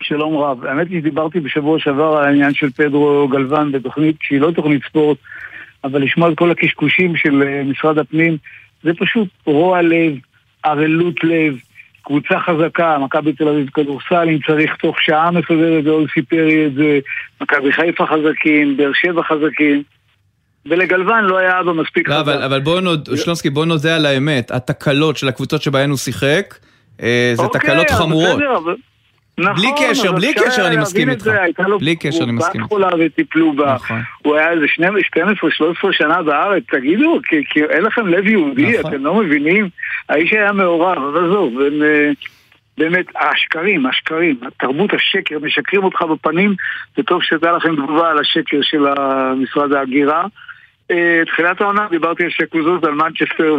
שלום רב. האמת היא, דיברתי בשבוע שעבר על העניין של פדרו גלוון בתוכנית שהיא לא תוכנית ספורט, אבל לשמוע את כל הקשקושים של משרד הפנים, זה פשוט רוע לב, ערלות לב, קבוצה חזקה, מכבי תל אביב כדורסל, אם צריך תוך שעה מסודרת, ואול סיפרי את זה, מכבי חיפה חזקים, באר שבע חזקים, ולגלוון לא היה אבא מספיק חזק. אבל שלונסקי, בוא נודה על האמת, התקלות של הקבוצות שבהן הוא שיחק, זה תקלות חמורות. בלי קשר אני מסכים איתך. בלי קשר אני מסכים איתך. הוא בת חולה וטיפלו בה. הוא היה איזה 12-13 שנה בארץ. תגידו, כי אין לכם לב יהודי, אתם לא מבינים. האיש היה מעורב, אבל זו, באמת, השקרים, התרבות השקר, משקרים אותך בפנים, זה טוב שתהיה לכם תגובה על השקר של משרד ההגירה. תחילת העונה דיברתי על שקוזות, על מנצ'סטר,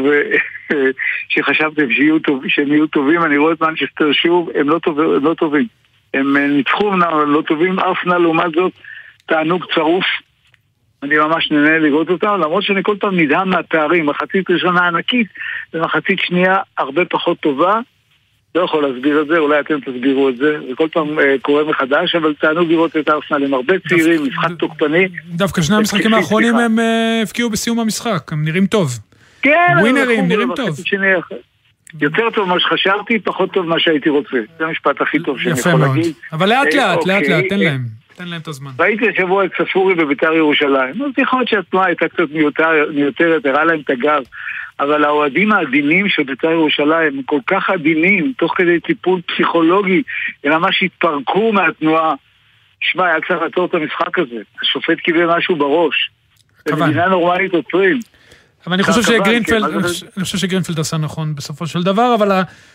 שחשבתם שהם יהיו טובים. אני רואה את מנצ'סטר שוב, הם לא טובים. הם ניצחו, הם לא טובים. ארסנל לעומת זאת תענוג צרוף. אני ממש נהנה לראות אותם, למרות שאני כל פעם נדהם מהפערים. מחצית ראשונה ענקית, ומחצית שנייה הרבה פחות טובה. לא יכול להסביר את זה, אולי אתם תסבירו את זה, וכל פעם קורה מחדש, אבל תענוג לראות את ארסנל, הם הרבה צעירים, משחק תוקפני. דווקא שני המשחקים האחרונים הם הפקיעו בסיום המשחק, הם נראים טוב. כן, ווינרים, נראים טוב. יותר טוב מה שחשבתי, פחות טוב מה שהייתי רוצה. זה המשפט הכי טוב שאני יכול להגיד. אבל לאט לאט, תן להם את הזמן. ראיתי השבוע את ספורי בביתר ירושלים, אז יכול להיות שהתנועה הייתה קצת מיותרת, הראה להם את הגב. אבל האוהדים העדינים של בית"ר ירושלים הם כל כך עדינים, תוך כדי טיפול פסיכולוגי, הם ממש התפרקו מהתנועה. שמע, היה קצת לעצור את המשחק הזה. השופט קיבל משהו בראש. במדינה נורמלית עוצרים. אבל אני חושב שגרינפלד עשה נכון בסופו של דבר, אבל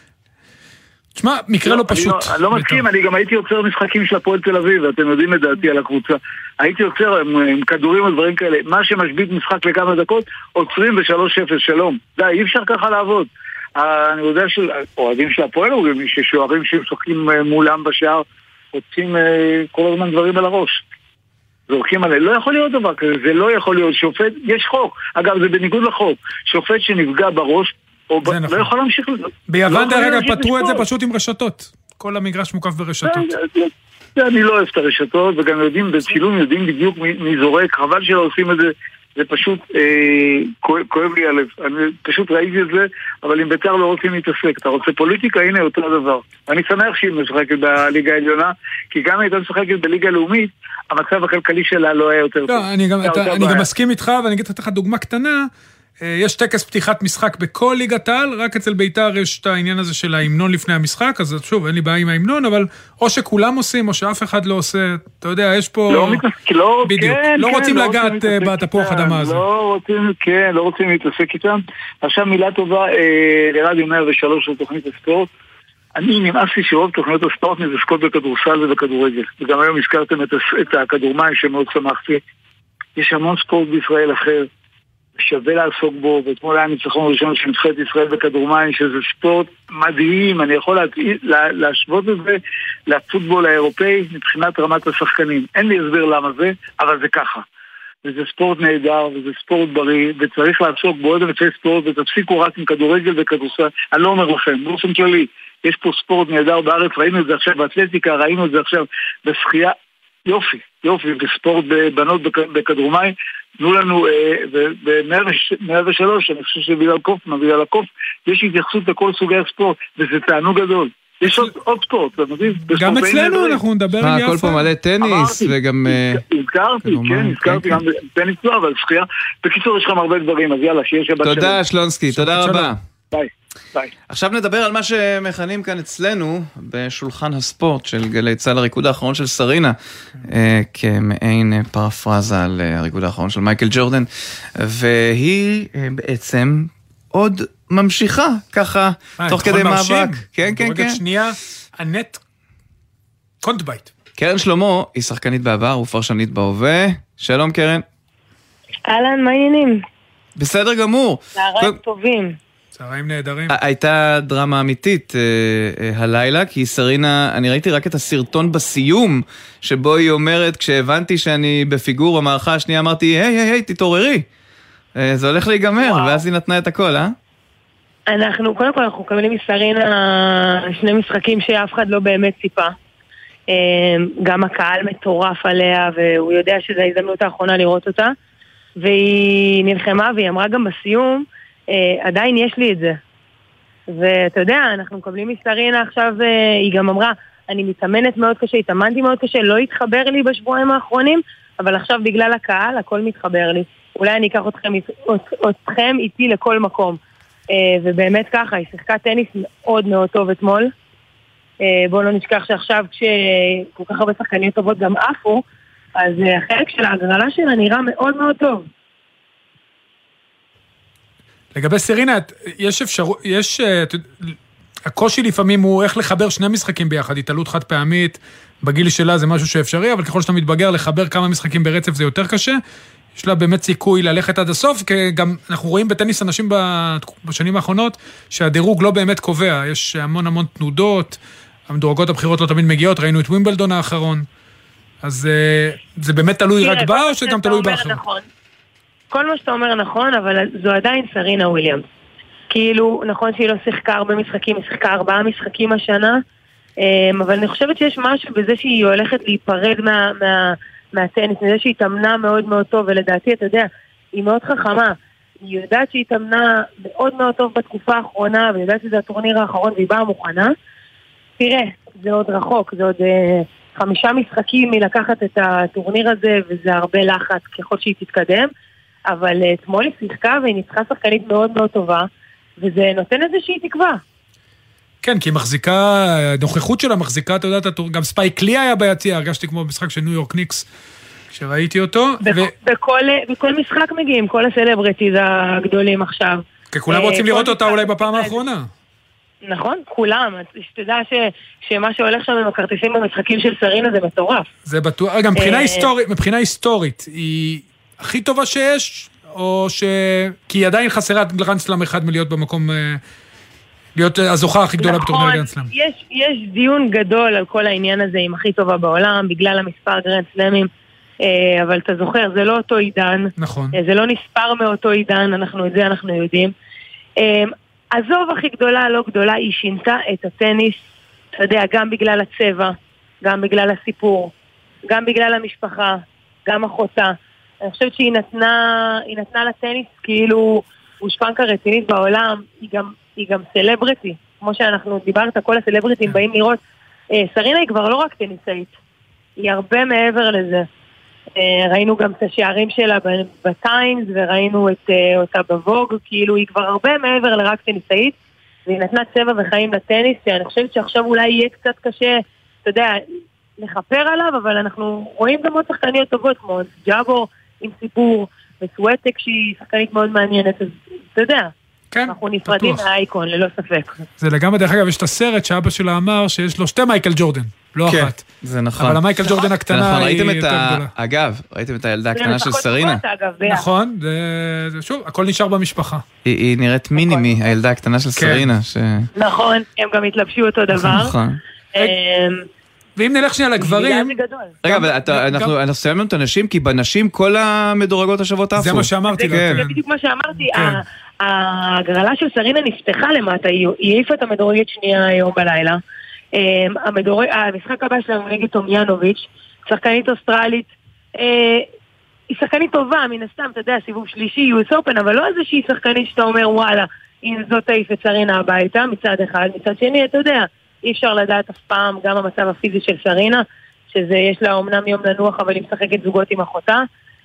תשמע, מקרה לא פשוט. אני לא מסכים, אני גם הייתי יוצר משחקים של הפועל תל אביב, ואתם יודעים את דעתי על הקבוצה. הייתי יוצר עם כדורים ודברים כאלה. מה שמשבית משחק לכמה דקות, עוצרים ב-3-0, שלום. די, אי אפשר ככה לעבוד. אני יודע שאוהדים של הפועל, ששוערים שמשחקים מולם בשער, רוצים כל הזמן דברים על הראש. זורקים עליהם. לא יכול להיות דבר כזה, זה לא יכול להיות. שופט, יש חוק. אגב, זה בניגוד לחוק. שופט שנפגע בראש, לא יכול להמשיך לזה. ביוון דרך פתרו את זה פשוט עם רשתות. כל המגרש מוקף ברשתות. אני לא אוהב את הרשתות, וגם יודעים, בצילום יודעים בדיוק מי זורק, חבל שלא עושים את זה, זה פשוט כואב לי הלב. אני פשוט ראיתי את זה, אבל אם בית"ר לא רוצים להתעסק, אתה רוצה פוליטיקה, הנה אותו דבר. אני שמח שהיא משחקת בליגה העליונה, כי גם הייתה משחקת בליגה הלאומית, המצב הכלכלי שלה לא היה יותר טוב. אני גם מסכים איתך, ואני אגיד לך דוגמה קטנה, יש טקס פתיחת משחק בכל ליגת העל, רק אצל בית"ר יש את העניין הזה של ההמנון לפני המשחק, אז שוב, אין לי בעיה עם ההמנון, אבל או שכולם עושים, או שאף אחד לא עושה, אתה יודע, יש פה... בדיוק, לא רוצים לגעת בתפוח אדמה הזה. לא רוצים להתעסק איתם. עכשיו מילה טובה לרדיו 103 של תוכנית הספורט. אני נמאס לי שרוב תוכניות הספורט מתעסקות בכדורסל ובכדורגל, וגם היום הזכרתם את הכדורמים שמאוד שמחתי. יש המון ספורט בישראל אחר, שווה לעסוק בו, ואתמול היה ניצחון ראשון של נבחרת ישראל בכדורמים, שזה ספורט מדהים, אני יכול להשוות את זה לפוטבול האירופאי מבחינת רמת השחקנים. אין לי הסבר למה זה, אבל זה ככה. וזה ספורט נהדר, וזה ספורט בריא, וצריך לעסוק בו עוד אמצעי ספורט, ותפסיקו רק עם כדורגל וכדורסל. אני לא אומר לכם, באופן כללי, יש פה ספורט נהדר בארץ, ראינו את זה עכשיו באתלטיקה, ראינו את זה עכשיו בשחייה, יופי, בספורט בנות בכדורמים, תנו לנו ב-103, אני חושב שבגלל הקוף, יש התייחסות לכל סוגי הספורט, וזה תענוג גדול. יש עוד ספורט, אתה מבין? גם אצלנו אנחנו נדבר עם יפה. כל פעם מלא טניס וגם... הזכרתי גם טניס לא, אבל שחייה. בקיצור, יש לכם הרבה דברים, אז יאללה, שיהיה שבת שלום. תודה, שלונסקי, תודה רבה. ביי. עכשיו נדבר על מה שמכנים כאן אצלנו בשולחן הספורט של גלי צה"ל, הריקוד האחרון של סרינה, כמעין פרפרזה על הריקוד האחרון של מייקל ג'ורדן, והיא בעצם עוד ממשיכה ככה, תוך כדי מאבק. כן. שנייה, אנט קונטבייט. קרן שלמה היא שחקנית בעבר ופרשנית בהווה. שלום קרן. אהלן, מה העניינים? בסדר גמור. צהריים טובים. צהריים נהדרים. הייתה דרמה אמיתית הלילה, כי סרינה, אני ראיתי רק את הסרטון בסיום, שבו היא אומרת, כשהבנתי שאני בפיגור במערכה השנייה, אמרתי, היי, תתעוררי. זה הולך להיגמר, ואז היא נתנה את הכל, קודם כל אנחנו מקבלים מסרינה שני משחקים שאף אחד לא באמת ציפה. גם הקהל מטורף עליה, והוא יודע שזו ההזדמנות האחרונה לראות אותה, והיא נלחמה, והיא אמרה גם בסיום, עדיין יש לי את זה. ואתה יודע, אנחנו מקבלים מסרינה עכשיו, היא גם אמרה, אני מתאמנת מאוד קשה, התאמנתי מאוד קשה, לא התחבר לי בשבועיים האחרונים, אבל עכשיו בגלל הקהל, הכל מתחבר לי. אולי אני אקח אתכם איתי לכל מקום. ובאמת ככה, היא שיחקה טניס מאוד מאוד טוב אתמול. בואו לא נשכח שעכשיו כשכל כך הרבה שחקניות טובות גם עפו, אז החלק של ההגרלה שלה נראה מאוד מאוד טוב. לגבי סרינה, הקושי לפעמים הוא איך לחבר שני משחקים ביחד, התעלות חד פעמית, בגיל שלה זה משהו שאפשרי, אבל ככל שאתה מתבגר לחבר כמה משחקים ברצף זה יותר קשה, יש לה באמת סיכוי ללכת עד הסוף, כי גם אנחנו רואים בטניס אנשים בשנים האחרונות, שהדירוג לא באמת קובע, יש המון תנודות, המדורגות הבחירות לא תמיד מגיעות, ראינו את ווימבלדון האחרון, אז זה באמת תלוי רק בה, או שגם תלוי באחר? נכון. כל מה שאתה אומר נכון, אבל זו עדיין סרינה וויליאמס. כאילו, נכון שהיא לא שיחקה הרבה משחקים, היא שיחקה 4 משחקים השנה, אבל אני חושבת שיש משהו בזה שהיא הולכת להיפרד מהטניס, מזה שהיא תמנה מאוד מאוד טוב, ולדעתי, אתה יודע, היא מאוד חכמה. היא יודעת שהיא תמנה מאוד מאוד טוב בתקופה האחרונה, והיא יודעת שזה הטורניר האחרון, והיא באה מוכנה. תראה, זה עוד רחוק, זה עוד 5 משחקים מלקחת את הטורניר הזה, וזה הרבה לחץ ככל שהיא תתקדם, אבל אתמול היא שיחקה והיא ניצחה שחקנית מאוד מאוד טובה, וזה נותן איזושהי תקווה. כן, כי היא מחזיקה, הנוכחות שלה מחזיקה, אתה יודעת, גם ספייק לי היה ביציע, הרגשתי כמו במשחק של ניו יורק ניקס, כשראיתי אותו. בכל משחק מגיעים, כל הסלבריטיז הגדולים עכשיו. כי כולם רוצים לראות אותה אולי בפעם האחרונה. נכון, כולם. שתדע שמה שהולך שם עם הכרטיסים במשחקים של סרינה זה מטורף. זה בטוח, גם מבחינה היסטורית, היא הכי טובה שיש, או כי היא עדיין חסרה גרנד סלאם אחד מלהיות במקום, להיות הזוכה הכי גדולה בטורניר גרנד סלאם. יש דיון גדול על כל העניין הזה עם הכי טובה בעולם, בגלל המספר גרנד סלאמים, אבל אתה זוכר, זה לא אותו עידן. נכון. זה לא נספר מאותו עידן, את זה אנחנו יודעים. עזוב הכי גדולה, לא גדולה, היא שינתה את הטניס, אתה יודע, גם בגלל הצבע, גם בגלל הסיפור, גם בגלל המשפחה, גם אחותה. אני חושבת שהיא נתנה לטניס כאילו גושפנקה רצינית בעולם, היא גם סלבריטי, כמו שאנחנו דיברת, כל הסלבריטים באים לראות. סרינה היא כבר לא רק טניסאית, היא הרבה מעבר לזה. ראינו גם את השערים שלה בטיימס, וראינו אותה בווג, כאילו היא כבר הרבה מעבר לרק טניסאית, והיא נתנה צבע וחיים לטניס, שאני חושבת שעכשיו אולי יהיה קצת קשה, אתה יודע, לחפר עליו, אבל אנחנו רואים גם עוד שחקניות טובות, כמו ג'אבור עם סיפור, וסווטק שהיא שחקנית מאוד מעניינת, אז אתה יודע, כן, אנחנו נפרדים מהאייקון, ללא ספק. זה לגמרי, דרך אגב, יש את הסרט שאבא שלה אמר שיש לו 2 מייקל ג'ורדן, לא כן, אחת. זה נכון. אבל המייקל ג'ורדן הקטנה היא יותר גדולה. אגב, ראיתם את הילדה הקטנה של סרינה? נכון, זה שוב, הכל נשאר במשפחה. היא נראית מינימי, הילדה הקטנה של סרינה. נכון, הם גם התלבשו אותו דבר. נכון. ואם נלך שנייה לגברים... רגע, אבל אנחנו סיימנו את הנשים, כי בנשים כל המדורגות השוות עפו. זה מה שאמרתי. זה בדיוק מה שאמרתי. ההגרלה של סרינה נפתחה למטה, היא העיפה את המדורגת שנייה היום בלילה. המשחק הבא שלנו נגד טומיאנוביץ', שחקנית אוסטרלית, היא שחקנית טובה, מן הסתם, אתה יודע, סיבוב שלישי, יוס אופן, אבל לא איזושהי שחקנית שאתה אומר, וואלה, אם זאת תעיף את סרינה הביתה, מצד אחד, מצד שני, אתה יודע, אי אפשר לדעת אף פעם גם המצב הפיזי של סרינה, שזה יש לה אומנם יום לנוח, אבל היא משחקת זוגות עם אחותה.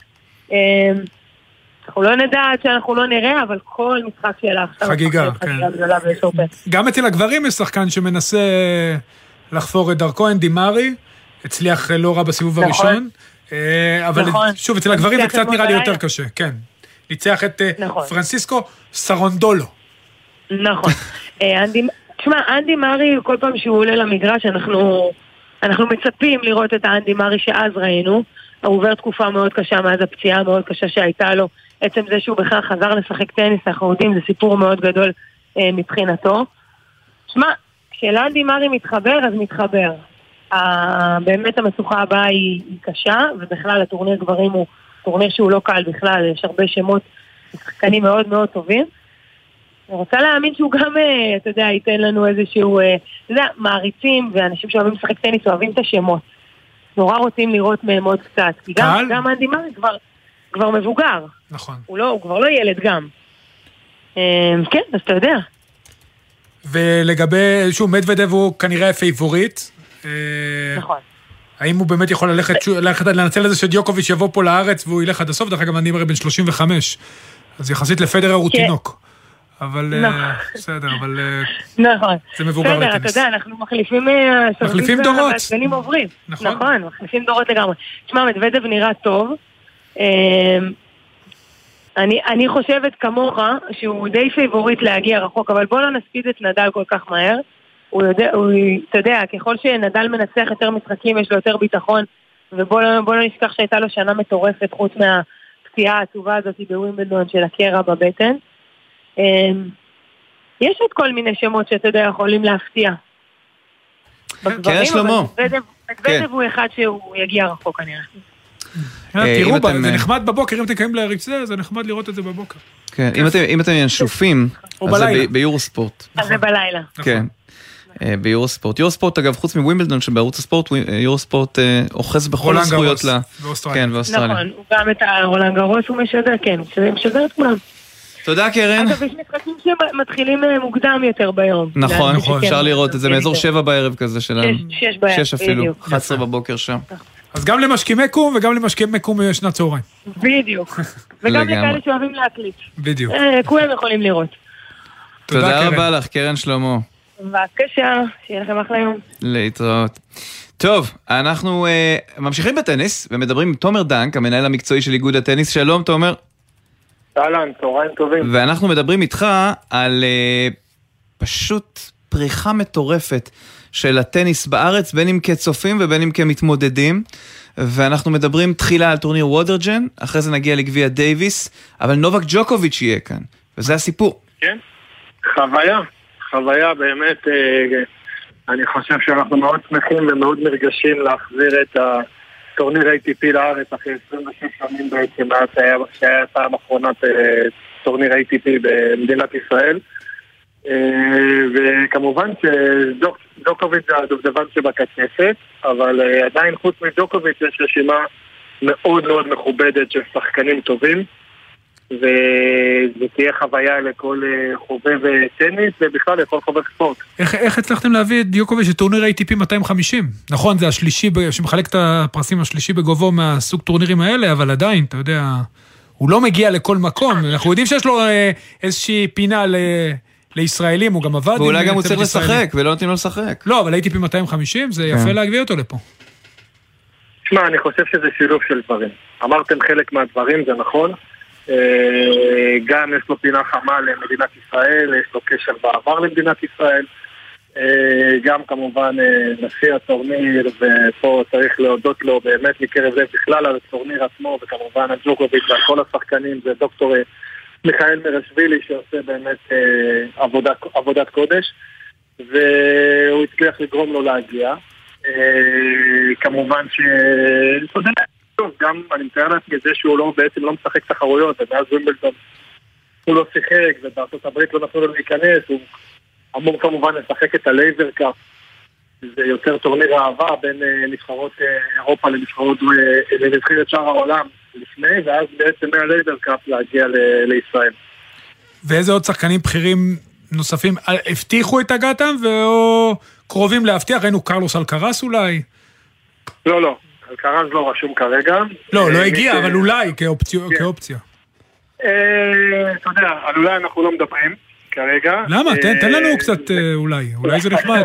אנחנו לא נדע עד שאנחנו לא נראה, אבל כל משחק שלה עכשיו... חגיגה, כן. גם אצל הגברים יש שחקן שמנסה לחפור את דרכו, אנדי מארי, הצליח לא רע בסיבוב הראשון, אבל שוב, אצל הגברים זה קצת נראה לי יותר קשה, כן. ניצח את פרנסיסקו סרונדולו. נכון. תשמע, אנדי מארי, כל פעם שהוא עולה למגרש, אנחנו מצפים לראות את האנדי מארי שאז ראינו, הוא עובר תקופה מאוד קשה מאז הפציעה מאוד קשה שהייתה לו, עצם זה שהוא בכלל חזר לשחק טניס, אנחנו יודעים, זה סיפור מאוד גדול מבחינתו. תשמע, כשלאנדי מארי מתחבר, אז מתחבר. באמת המשוכה הבאה היא קשה, ובכלל הטורניר גברים הוא טורניר שהוא לא קל בכלל, יש הרבה שמות שחקנים מאוד מאוד טובים. אני רוצה להאמין שהוא גם, אתה יודע, ייתן לנו איזשהו, אתה יודע, מעריצים ואנשים שאוהבים לשחק טניס, אוהבים את השמות. נורא רוצים לראות מהם עוד קצת. כי גם אנדי מארי כבר מבוגר. נכון. הוא כבר לא ילד גם. כן, אז אתה יודע. ולגבי, שוב, מדוודב הוא כנראה פייבוריט. נכון. האם הוא באמת יכול לנצל את זה שדיוקוביץ' יבוא פה לארץ והוא ילך עד הסוף? דרך אגב, אני מראה בן 35. אז יחסית לפדרר הוא תינוק. אבל בסדר, אבל זה מבוגר לטניס. אתה יודע, אנחנו מחליפים דורות. והגנים עוברים. נכון, מחליפים דורות לגמרי. תשמע, מדוודב נראה טוב. אני חושבת כמוך שהוא די פייבוריט להגיע רחוק, אבל בוא לא נספיד את נדל כל כך מהר. אתה יודע, ככל שנדל מנצח יותר משחקים, יש לו יותר ביטחון, ובוא לא נשכח שהייתה לו שנה מטורפת, חוץ מהפציעה העצובה הזאת בווימבלדון של הקרע בבטן. יש עוד כל מיני שמות שאתה יודע יכולים להפתיע. כן, שלמה. מדוודב הוא אחד שהוא יגיע רחוק כנראה. תראו, זה נחמד בבוקר, אם אתם קיים להריץ זה נחמד לראות את זה בבוקר. כן, אם אתם ינשופים, אז זה ביורוספורט. אז זה בלילה. כן. ביורוספורט. יורוספורט, אגב, חוץ מווימבלדון שבערוץ הספורט, יורוספורט אוחז בכל הזכויות באוסטרליה. כן, באוסטרליה. נכון, הוא גם את רולאן גארוס הוא משדר, כן, הוא משדר את כולם. תודה, קרן. אגב, יש משחקים שמתחילים מוקדם יותר ביום. נכון, אפשר לראות את זה מאזור 7 בערב כזה שלנו. 6 בערב, 6 אפילו, 11 בבוקר שם. אז גם למשקימי קום וגם למשקימי קום ישנת צהריים. בדיוק. וגם לכאלה שאוהבים להקליט. בדיוק. כולם יכולים לראות. תודה רבה לך, קרן שלמה. בבקשה, שיהיה לכם אחלה יום. להתראות. טוב, אנחנו ממשיכים בטניס ומדברים עם תומר דנק, המנהל המקצועי של איגוד הטניס. שלום, תומר. אהלן, צהריים טובים. ואנחנו מדברים איתך על פשוט פריחה מטורפת של הטניס בארץ, בין אם כצופים ובין אם כמתמודדים, ואנחנו מדברים תחילה על טורניר וודרג'ן, אחרי זה נגיע לגביע דייביס, אבל נובק ג'וקוביץ' יהיה כאן, וזה הסיפור. כן, חוויה באמת, אני חושב שאנחנו מאוד שמחים ומאוד מרגשים להחזיר את הטורניר ATP לארץ אחרי 26 שנים בעצם, שהיה פעם אחרונת טורניר ATP במדינת ישראל. וכמובן שג'וקוביץ' זה הדובדבן שבקצפת, אבל עדיין חוץ מג'וקוביץ' יש רשימה מאוד מאוד מכובדת של שחקנים טובים, וזה תהיה חוויה לכל חובב טניס ובכלל לכל חובב ספורט. איך הצלחתם להביא את דיוקוביץ' לטורניר ATP 250? נכון, זה השלישי שמחלק את הפרסים השלישי בגובו מהסוג טורנירים האלה, אבל עדיין, אתה יודע, הוא לא מגיע לכל מקום. אנחנו יודעים שיש לו איזושהי פינה לישראלים, הוא גם עבד. ואולי גם הוא צריך לשחק, ולא נותנים לו לשחק. לא, אבל ATP 250, זה יפה להגביע אותו לפה. תשמע, אני חושב שזה שילוב של דברים. אמרתם חלק מהדברים, זה נכון. גם יש לו פינה חמה למדינת ישראל, יש לו קשר בעבר למדינת ישראל. גם כמובן נשיא הטורניר, ופה צריך להודות לו באמת מקרב זה בכלל על הטורניר עצמו, וכמובן הג'וקוביץ' ועל כל השחקנים, זה דוקטור מיכאל מרשווילי שעושה באמת עבודת קודש, והוא הצליח לגרום לו להגיע. כמובן תודה, גם אני מתאר לעצמי את זה שהוא בעצם לא משחק תחרויות, ומאז ווימבלדון הוא לא שיחק, ובארצות הברית לא נתנו לו להיכנס, הוא אמור כמובן לשחק את הלייזר קאפ, זה יותר טורניר אהבה בין נבחרות אירופה לנבחרת שאר העולם לפני, ואז בעצם מהלייזר קאפ להגיע לישראל. ואיזה עוד שחקנים בכירים נוספים הבטיחו את הגעתם, או קרובים להבטיח? ראינו קרלוס אלקרס אולי? לא, אלקרס לא רשום כרגע. לא הגיע, אבל אולי כאופציה. אתה יודע, על אולי אנחנו לא מדברים כרגע. למה? תן לנו קצת אולי זה נחמד.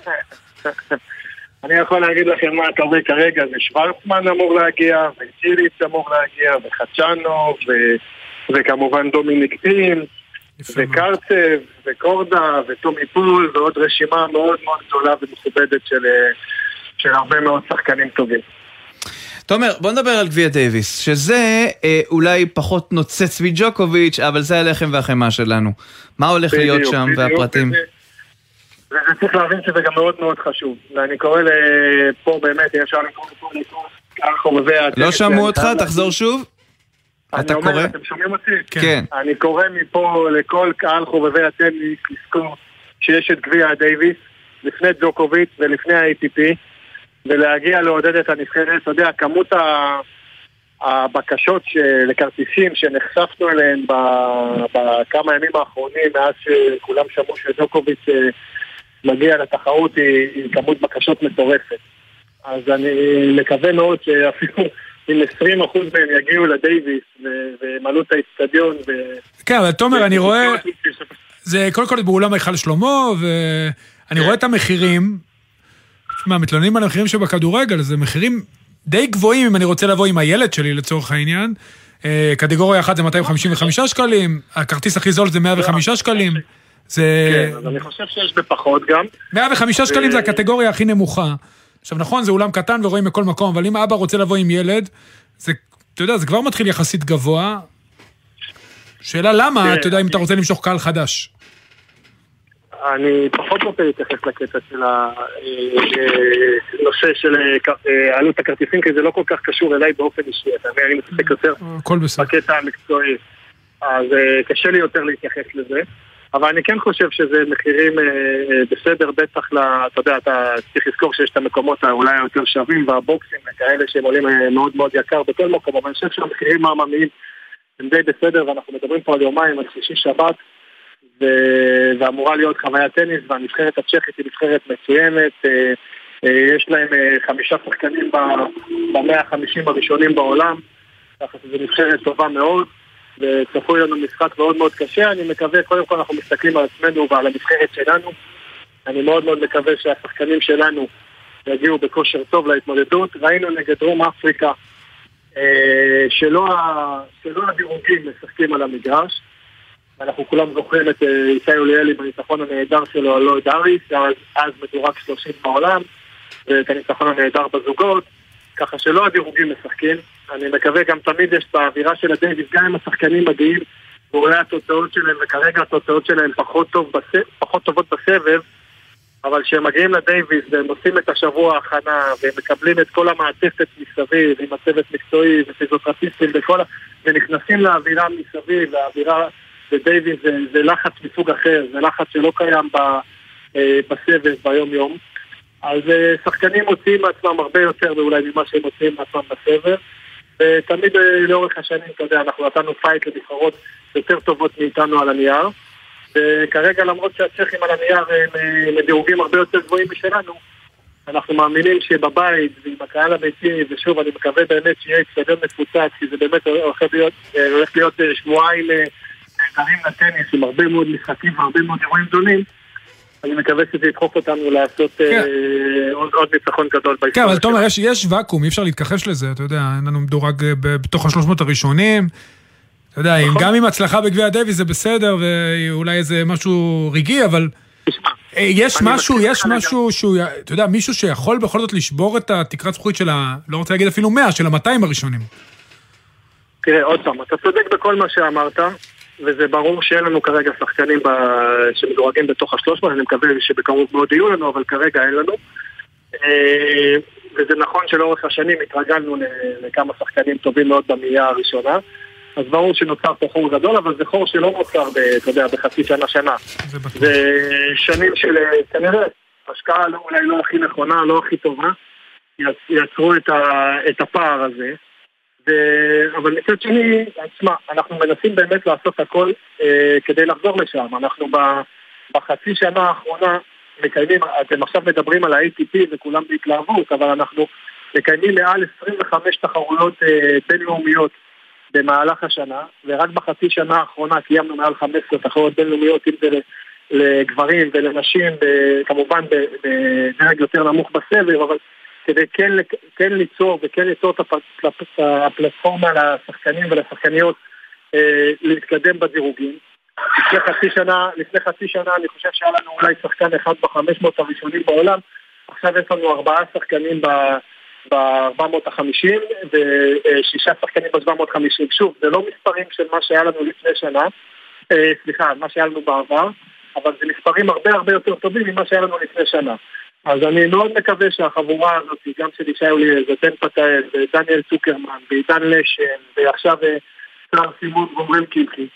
אני יכול להגיד לכם מה קורה כרגע, זה שוורצמן אמור להגיע, וציליץ אמור להגיע, וחדשנוב, וכמובן דומיניק טים, וקרצב, וקורדה, וטומי פול, ועוד רשימה מאוד מאוד גדולה ומכובדת של הרבה מאוד שחקנים טובים. תומר, בוא נדבר על גביע דייביס, שזה אולי פחות נוצץ מג'וקוביץ', אבל זה הלחם והחמה שלנו. מה הולך להיות שם והפרטים? וצריך להבין שזה גם מאוד מאוד חשוב. ואני קורא לפה באמת, אפשר לקרוא לפה, לא שמעו אותך, תחזור שוב. אתה קורא? אתם שומעים אותי? כן. אני קורא מפה לכל קהל חובבי הטניס לזכור שיש את גביע הדייביס לפני ג'וקוביץ' ולפני ה-ATP ולהגיע לעודד את הנבחרת. אתה יודע, כמות הבקשות לכרטיסים שנחשפנו אליהן בכמה ימים האחרונים מאז שכולם שמעו שג'וקוביץ' מגיע לתחרות היא כמות בקשות מטורפת. אז אני מקווה מאוד שאפילו אם 20% מהם יגיעו לדייביס ומלאו את האצטדיון. כן, אבל תומר, אני רואה, זה קודם כל באולם היכל שלמה, ואני רואה את המחירים, מתלוננים על המחירים שבכדורגל, זה מחירים די גבוהים אם אני רוצה לבוא עם הילד שלי לצורך העניין. קטגוריה אחת זה 255 שקלים, הכרטיס הכי זול זה 105 שקלים. כן, אז אני חושב שיש בפחות גם. 105 שקלים זה הקטגוריה הכי נמוכה. עכשיו נכון, זה אולם קטן ורואים מכל מקום, אבל אם האבא רוצה לבוא עם ילד, זה, אתה יודע, זה כבר מתחיל יחסית גבוה. שאלה למה, אתה יודע, אם אתה רוצה למשוך קהל חדש. אני פחות רוצה להתייחס לקטע של הנושא של עלות הכרטיסים, כי זה לא כל כך קשור אליי באופן אישי. אני מתעסק יותר בקטע המקצועי. אז קשה לי יותר להתייחס לזה. אבל אני כן חושב שזה מחירים בסדר, בטח, אתה יודע, אתה צריך לזכור שיש את המקומות אולי יותר שווים, והבוקסים וכאלה שהם עולים מאוד מאוד יקר בכל מקום, אבל אני חושב שהמחירים העממיים הם די בסדר, ואנחנו מדברים פה על יומיים, על שישי שבת, ואמורה להיות חוויית טניס, והנבחרת הצ'כית היא נבחרת מצוינת, יש להם 5 שחקנים ב-150 הראשונים בעולם, ככה שזו נבחרת טובה מאוד, וצפוי לנו משחק מאוד מאוד קשה. אני מקווה, קודם כל אנחנו מסתכלים על עצמנו ועל הנבחרת שלנו. אני מאוד מאוד מקווה שהשחקנים שלנו יגיעו בכושר טוב להתמודדות. ראינו נגד דרום אפריקה שלא הדירוגים משחקים על המגרש. אנחנו כולם זוכרים את איתי אוליאלי בניצחון הנהדר שלו על לואיד האריס, אז מדורג 30 בעולם, ואת הניצחון הנהדר בזוגות, ככה שלא הדירוגים משחקים. אני מקווה גם תמיד יש באווירה של הדייביס, גם אם השחקנים מגיעים ואולי התוצאות שלהם, וכרגע התוצאות שלהם פחות טובות בסבב, אבל כשהם מגיעים לדייביס והם עושים את השבוע ההכנה והם מקבלים את כל המעטפת מסביב עם הצוות מקצועי ופיזיותרפיסטים ונכנסים לאווירה מסביב, והאווירה בדייביס זה לחץ מסוג אחר, זה לחץ שלא קיים בסבב ביום יום. אז שחקנים מוצאים מעצמם הרבה יותר ואולי ממה שהם מוצאים מעצמם בסבב, ותמיד לאורך השנים, אתה יודע, אנחנו נתנו פייט לבחרות יותר טובות מאיתנו על הנייר, וכרגע למרות שהצ'כים על הנייר הם דירוגים הרבה יותר גבוהים משלנו, אנחנו מאמינים שבבית ועם הקהל הביתי, ושוב אני מקווה באמת שיהיה אצטדיון מפוצץ, כי זה באמת הולך להיות שבועיים נהדרים לטניס עם הרבה מאוד משחקים והרבה מאוד אירועים גדולים. אני מקווה שזה ידחוף אותנו לעשות עוד ניצחון גדול. כן, אבל תומר, יש ואקום, אי אפשר להתכחש לזה, אתה יודע, אין לנו מדורג בתוך 300 הראשונים, אתה יודע, גם עם הצלחה בגביע הדייביס זה בסדר, ואולי איזה משהו רגעי, אבל יש משהו שהוא, אתה יודע, מישהו שיכול בכל זאת לשבור את התקרת זכוכית של לא רוצה להגיד אפילו 100, של 200 הראשונים. תראה, עוד פעם, אתה צודק בכל מה שאמרת, וזה ברור שאין לנו כרגע שחקנים שמדורגים בתוך 300, אני מקווה שבקרוב מאוד יהיו לנו, אבל כרגע אין לנו. וזה נכון שלאורך השנים התרגלנו לכמה שחקנים טובים מאוד במאייה הראשונה, אז ברור שנוצר פה חור גדול, אבל זה חור שלא נוצר, אתה יודע, בחצי שנה. זה שנים של, כנראה, השקעה אולי לא הכי נכונה, לא הכי טובה, יצרו את הפער הזה. אבל מצד שני, אנחנו מנסים באמת לעשות הכל כדי לחזור לשם. אנחנו בחצי שנה האחרונה מקיימים, אתם עכשיו מדברים על ה-ATP וכולם בהתלהבות, אבל אנחנו מקיימים מעל 25 תחרויות בינלאומיות במהלך השנה, ורק בחצי שנה האחרונה קיימנו מעל 15 תחרויות בינלאומיות, אם זה לגברים ולנשים, כמובן בדרג יותר נמוך בסבב, אבל כדי כן ליצור וכן ליצור את הפלטפורמה לשחקנים ולשחקניות להתקדם בדירוגים. לפני חצי שנה אני חושב שהיה לנו אולי שחקן אחד ב-500 הראשונים בעולם, עכשיו יש לנו 4 שחקנים ב-450 ו6 שחקנים ב-750. שוב, זה לא מספרים של מה שהיה לנו לפני שנה, מה שהיה לנו בעבר, אבל זה מספרים הרבה יותר טובים ממה שהיה לנו לפני שנה. אז אני מאוד מקווה שהחבורה הזאת, גם של ישי אוליאל, ודן פתאל, ודניאל צוקרמן, ועידן לשם, ועכשיו סער סימון ועומרן קמחי,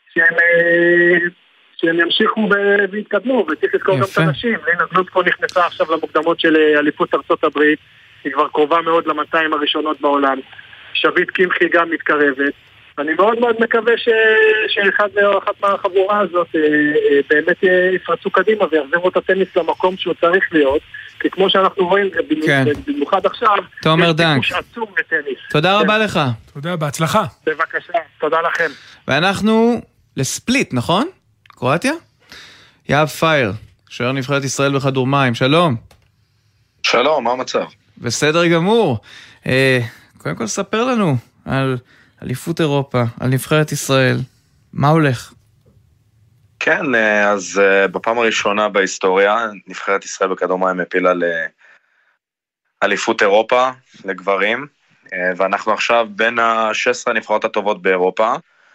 שהם ימשיכו והתקדמו, וצריך לזכור גם את הנשים. לינה גלוצקו נכנסה עכשיו למוקדמות של אליפות ארצות הברית, היא כבר קרובה מאוד ל-200 הראשונות בעולם. שביט קמחי גם מתקרבת. אני מאוד מאוד מקווה שאחת מהחבורה הזאת באמת יפרצו קדימה ויחזרו את הטניס למקום שהוא צריך להיות, כי כמו שאנחנו רואים, במיוחד עכשיו, תומר דנק. יש עצום לטניס. תודה רבה לך. תודה, בהצלחה. בבקשה, תודה לכם. ואנחנו לספליט, נכון? קרואטיה? יהב פייר, שוער נבחרת ישראל בכדור מים, שלום. שלום, מה המצב? בסדר גמור. קודם כל ספר לנו על אליפות אירופה, על נבחרת ישראל. מה הולך? כן, אז בפעם הראשונה בהיסטוריה, נבחרת ישראל בכדור מים הפילה לאליפות אירופה לגברים, ואנחנו עכשיו בין ה-16 הנבחרות הטובות באירופה,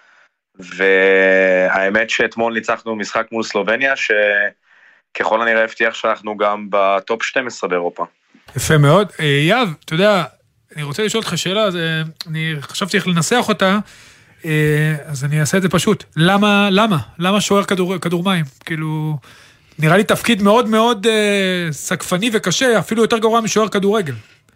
והאמת שאתמול ניצחנו משחק מול סלובניה, שככל הנראה הבטיח שאנחנו גם בטופ 12 באירופה. יפה מאוד. יאב, אתה יודע, אני רוצה לשאול אותך שאלה, אני חשבתי איך לנסח אותה, אז אני אעשה את זה פשוט. למה שוער כדור מים? כאילו, נראה לי תפקיד מאוד מאוד סקפני וקשה, אפילו יותר גרוע משוער כדורגל.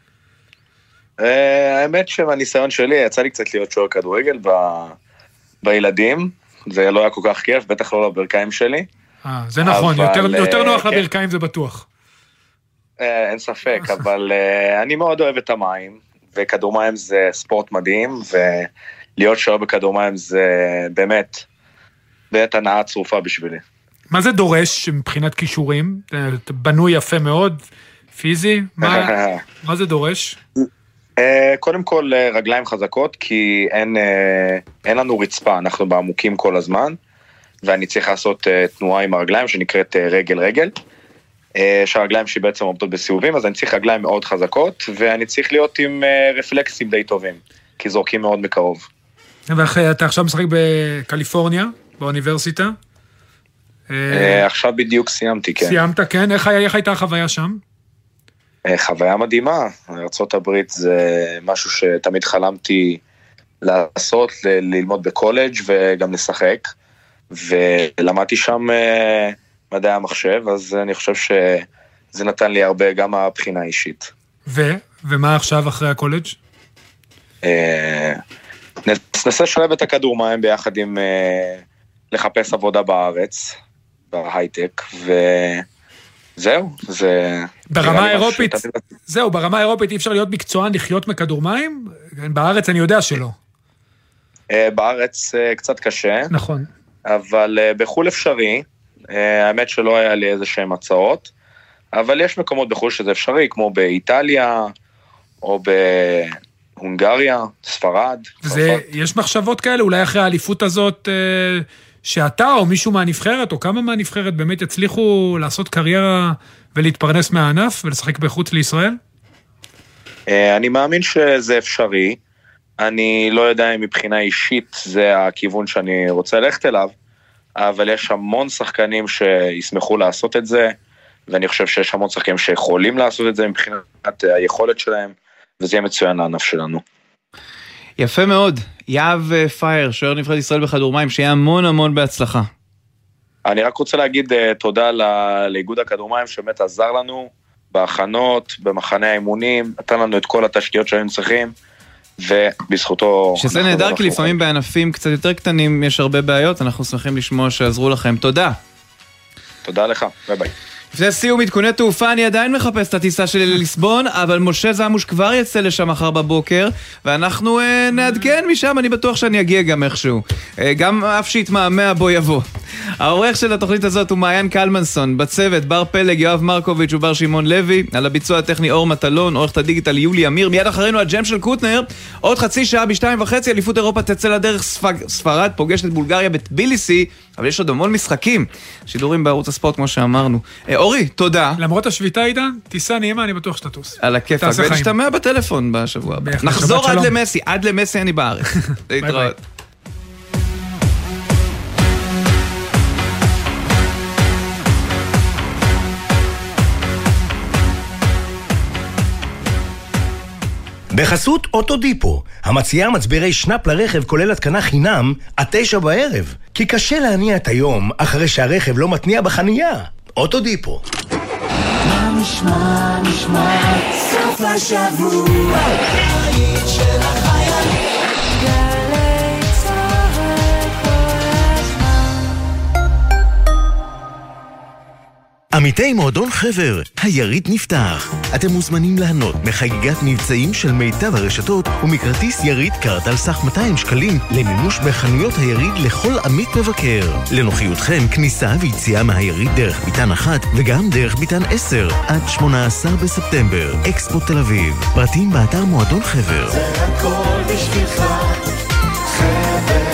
האמת שבניסיון שלי, יצא לי קצת להיות שוער כדורגל בילדים, זה לא היה כל כך כיף, בטח לא לברכיים שלי. זה נכון, יותר נוח לברכיים זה בטוח. אין ספק, אבל אני מאוד אוהב את המים, וכדור מים זה ספורט מדהים, ולהיות שוער בכדור מים זה באמת הנאה צרופה בשבילי. מה זה דורש מבחינת כישורים? בנוי יפה מאוד, פיזי? מה זה דורש? קודם כל רגליים חזקות, כי אין לנו רצפה, אנחנו בעמוקים כל הזמן, ואני צריך לעשות תנועה עם הרגליים שנקראת רגל, שהרגליים שלי בעצם עומדות בסיבובים, אז אני צריך רגליים מאוד חזקות, ואני צריך להיות עם רפלקסים די טובים, כי זורקים מאוד מקרוב. ואתה עכשיו משחק בקליפורניה, באוניברסיטה? עכשיו בדיוק סיימתי, כן. סיימת, כן? איך הייתה החוויה שם? חוויה מדהימה. ארצות הברית זה משהו שתמיד חלמתי לעשות, ללמוד בקולג' וגם לשחק, ולמדתי שם מדעי המחשב, אז אני חושב שזה נתן לי הרבה, גם הבחינה האישית. ומה עכשיו אחרי הקולג'? ננסה שלב את הכדור מים ביחד עם לחפש עבודה בארץ, בהייטק, וזהו, זה... ברמה האירופית, זהו, ברמה האירופית אי אפשר להיות מקצוען לחיות מכדור מים? בארץ אני יודע שלא. בארץ קצת קשה. נכון. אבל בחול אפשרי, האמת שלא היה לי איזה שהם הצעות, אבל יש מקומות בחול שזה אפשרי, כמו באיטליה, או בהונגריה, ספרד. יש מחשבות כאלה, אולי אחרי האליפות הזאת, שאתה או מישהו מהנבחרת, או כמה מהנבחרת באמת יצליחו לעשות קריירה ולהתפרנס מהענף, ולשחק בחוץ לישראל? אני מאמין שזה אפשרי, אני לא יודע אם מבחינה אישית זה הכיוון שאני רוצה ללכת אליו, אבל יש המון שחקנים שישמחו לעשות את זה, ואני חושב שיש המון שחקנים שיכולים לעשות את זה מבחינת היכולת שלהם, וזה יהיה מצוין לענף שלנו. יפה מאוד. יהב פייר, שוער נבחרת ישראל בכדור מים, שיהיה המון המון בהצלחה. אני רק רוצה להגיד תודה לאיגוד הכדור מים, שבאמת עזר לנו בהכנות, במחנה האימונים, נתן לנו את כל התשתיות שהיינו צריכים, ובזכותו... שזה נהדר, כי לפעמים בענפים קצת יותר קטנים יש הרבה בעיות, אנחנו שמחים לשמוע שעזרו לכם. תודה. תודה לך, ביי ביי. לפני סיום עדכוני תעופה, אני עדיין מחפש את הטיסה שלי לליסבון, אבל משה זמוש כבר יצא לשם מחר בבוקר, ואנחנו נעדכן משם, אני בטוח שאני אגיע גם איכשהו. גם אף שיתמהמה בו יבוא. העורך של התוכנית הזאת הוא מעיין קלמנסון, בצוות בר פלג, יואב מרקוביץ' ובר שמעון לוי, על הביצוע הטכני אור מטלון, עורכת הדיגיטל יולי אמיר, מיד אחרינו הג'ם של קוטנר, עוד חצי שעה ב2:30, אליפות אירופה תצא לדרך, ספרד פוגשת את בולגריה בטביליסי, אבל יש עוד המון משחקים, שידורים בערוץ הספורט כמו שאמרנו. אורי, תודה. למרות השביתה עידן, טיסה נעימה, אני בטוח שתטוס. על הכיף, ונשתמע בטלפון בשבוע הבא. נחזור עד למסי אני בארץ. להתראות. בחסות אוטודיפו, המציעה מצברי שנאפ לרכב כולל התקנה חינם עד 9 בערב. כי קשה להניע את היום אחרי שהרכב לא מתניע בחנייה. אוטודיפו. מה נשמע, סוף השבוע, העיד של החיילים. גלי צהל כל הזמן. עמיתי מועדון חבר, היריד נפתח. אתם מוזמנים ליהנות מחגיגת מבצעים של מיטב הרשתות ומכרטיס יריד קארד על סך 200 שקלים למימוש בחנויות היריד לכל עמית מבקר. לנוחיותכם, כניסה ויציאה מהיריד דרך ביתן 1 וגם דרך ביתן 10 עד 18 בספטמבר. אקספו תל אביב. פרטים באתר מועדון חבר. זה הכל בשבילך, חבר.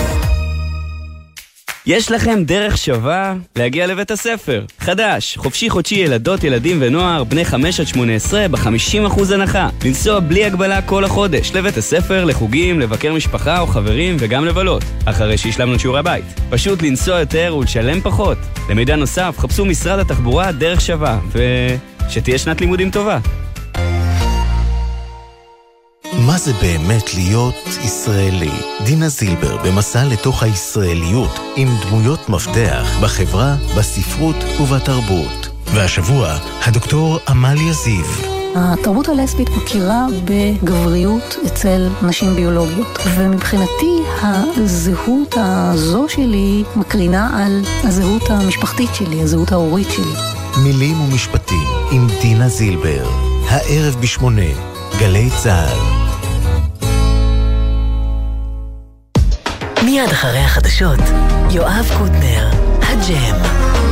יש לכם דרך שווה להגיע לבית הספר. חדש, חופשי חודשי ילדות, ילדים ונוער, בני 5 עד 18 ב-50% הנחה. לנסוע בלי הגבלה כל החודש לבית הספר, לחוגים, לבקר משפחה או חברים וגם לבלות. אחרי שהשלמנו את שיעורי הבית. פשוט לנסוע יותר ולשלם פחות. למידע נוסף, חפשו משרד התחבורה דרך שווה, ושתהיה שנת לימודים טובה. מה זה באמת להיות ישראלי? דינה זילבר במסע לתוך הישראליות עם דמויות מפתח בחברה, בספרות ובתרבות. והשבוע, הדוקטור עמליה זיו. התרבות הלסבית מכירה בגבריות אצל נשים ביולוגיות, ומבחינתי הזהות הזו שלי מקרינה על הזהות המשפחתית שלי, הזהות ההורית שלי. מילים ומשפטים עם דינה זילבר, הערב ב8, גלי צהל. מיד אחרי החדשות, יואב קוטנר, הג'ם.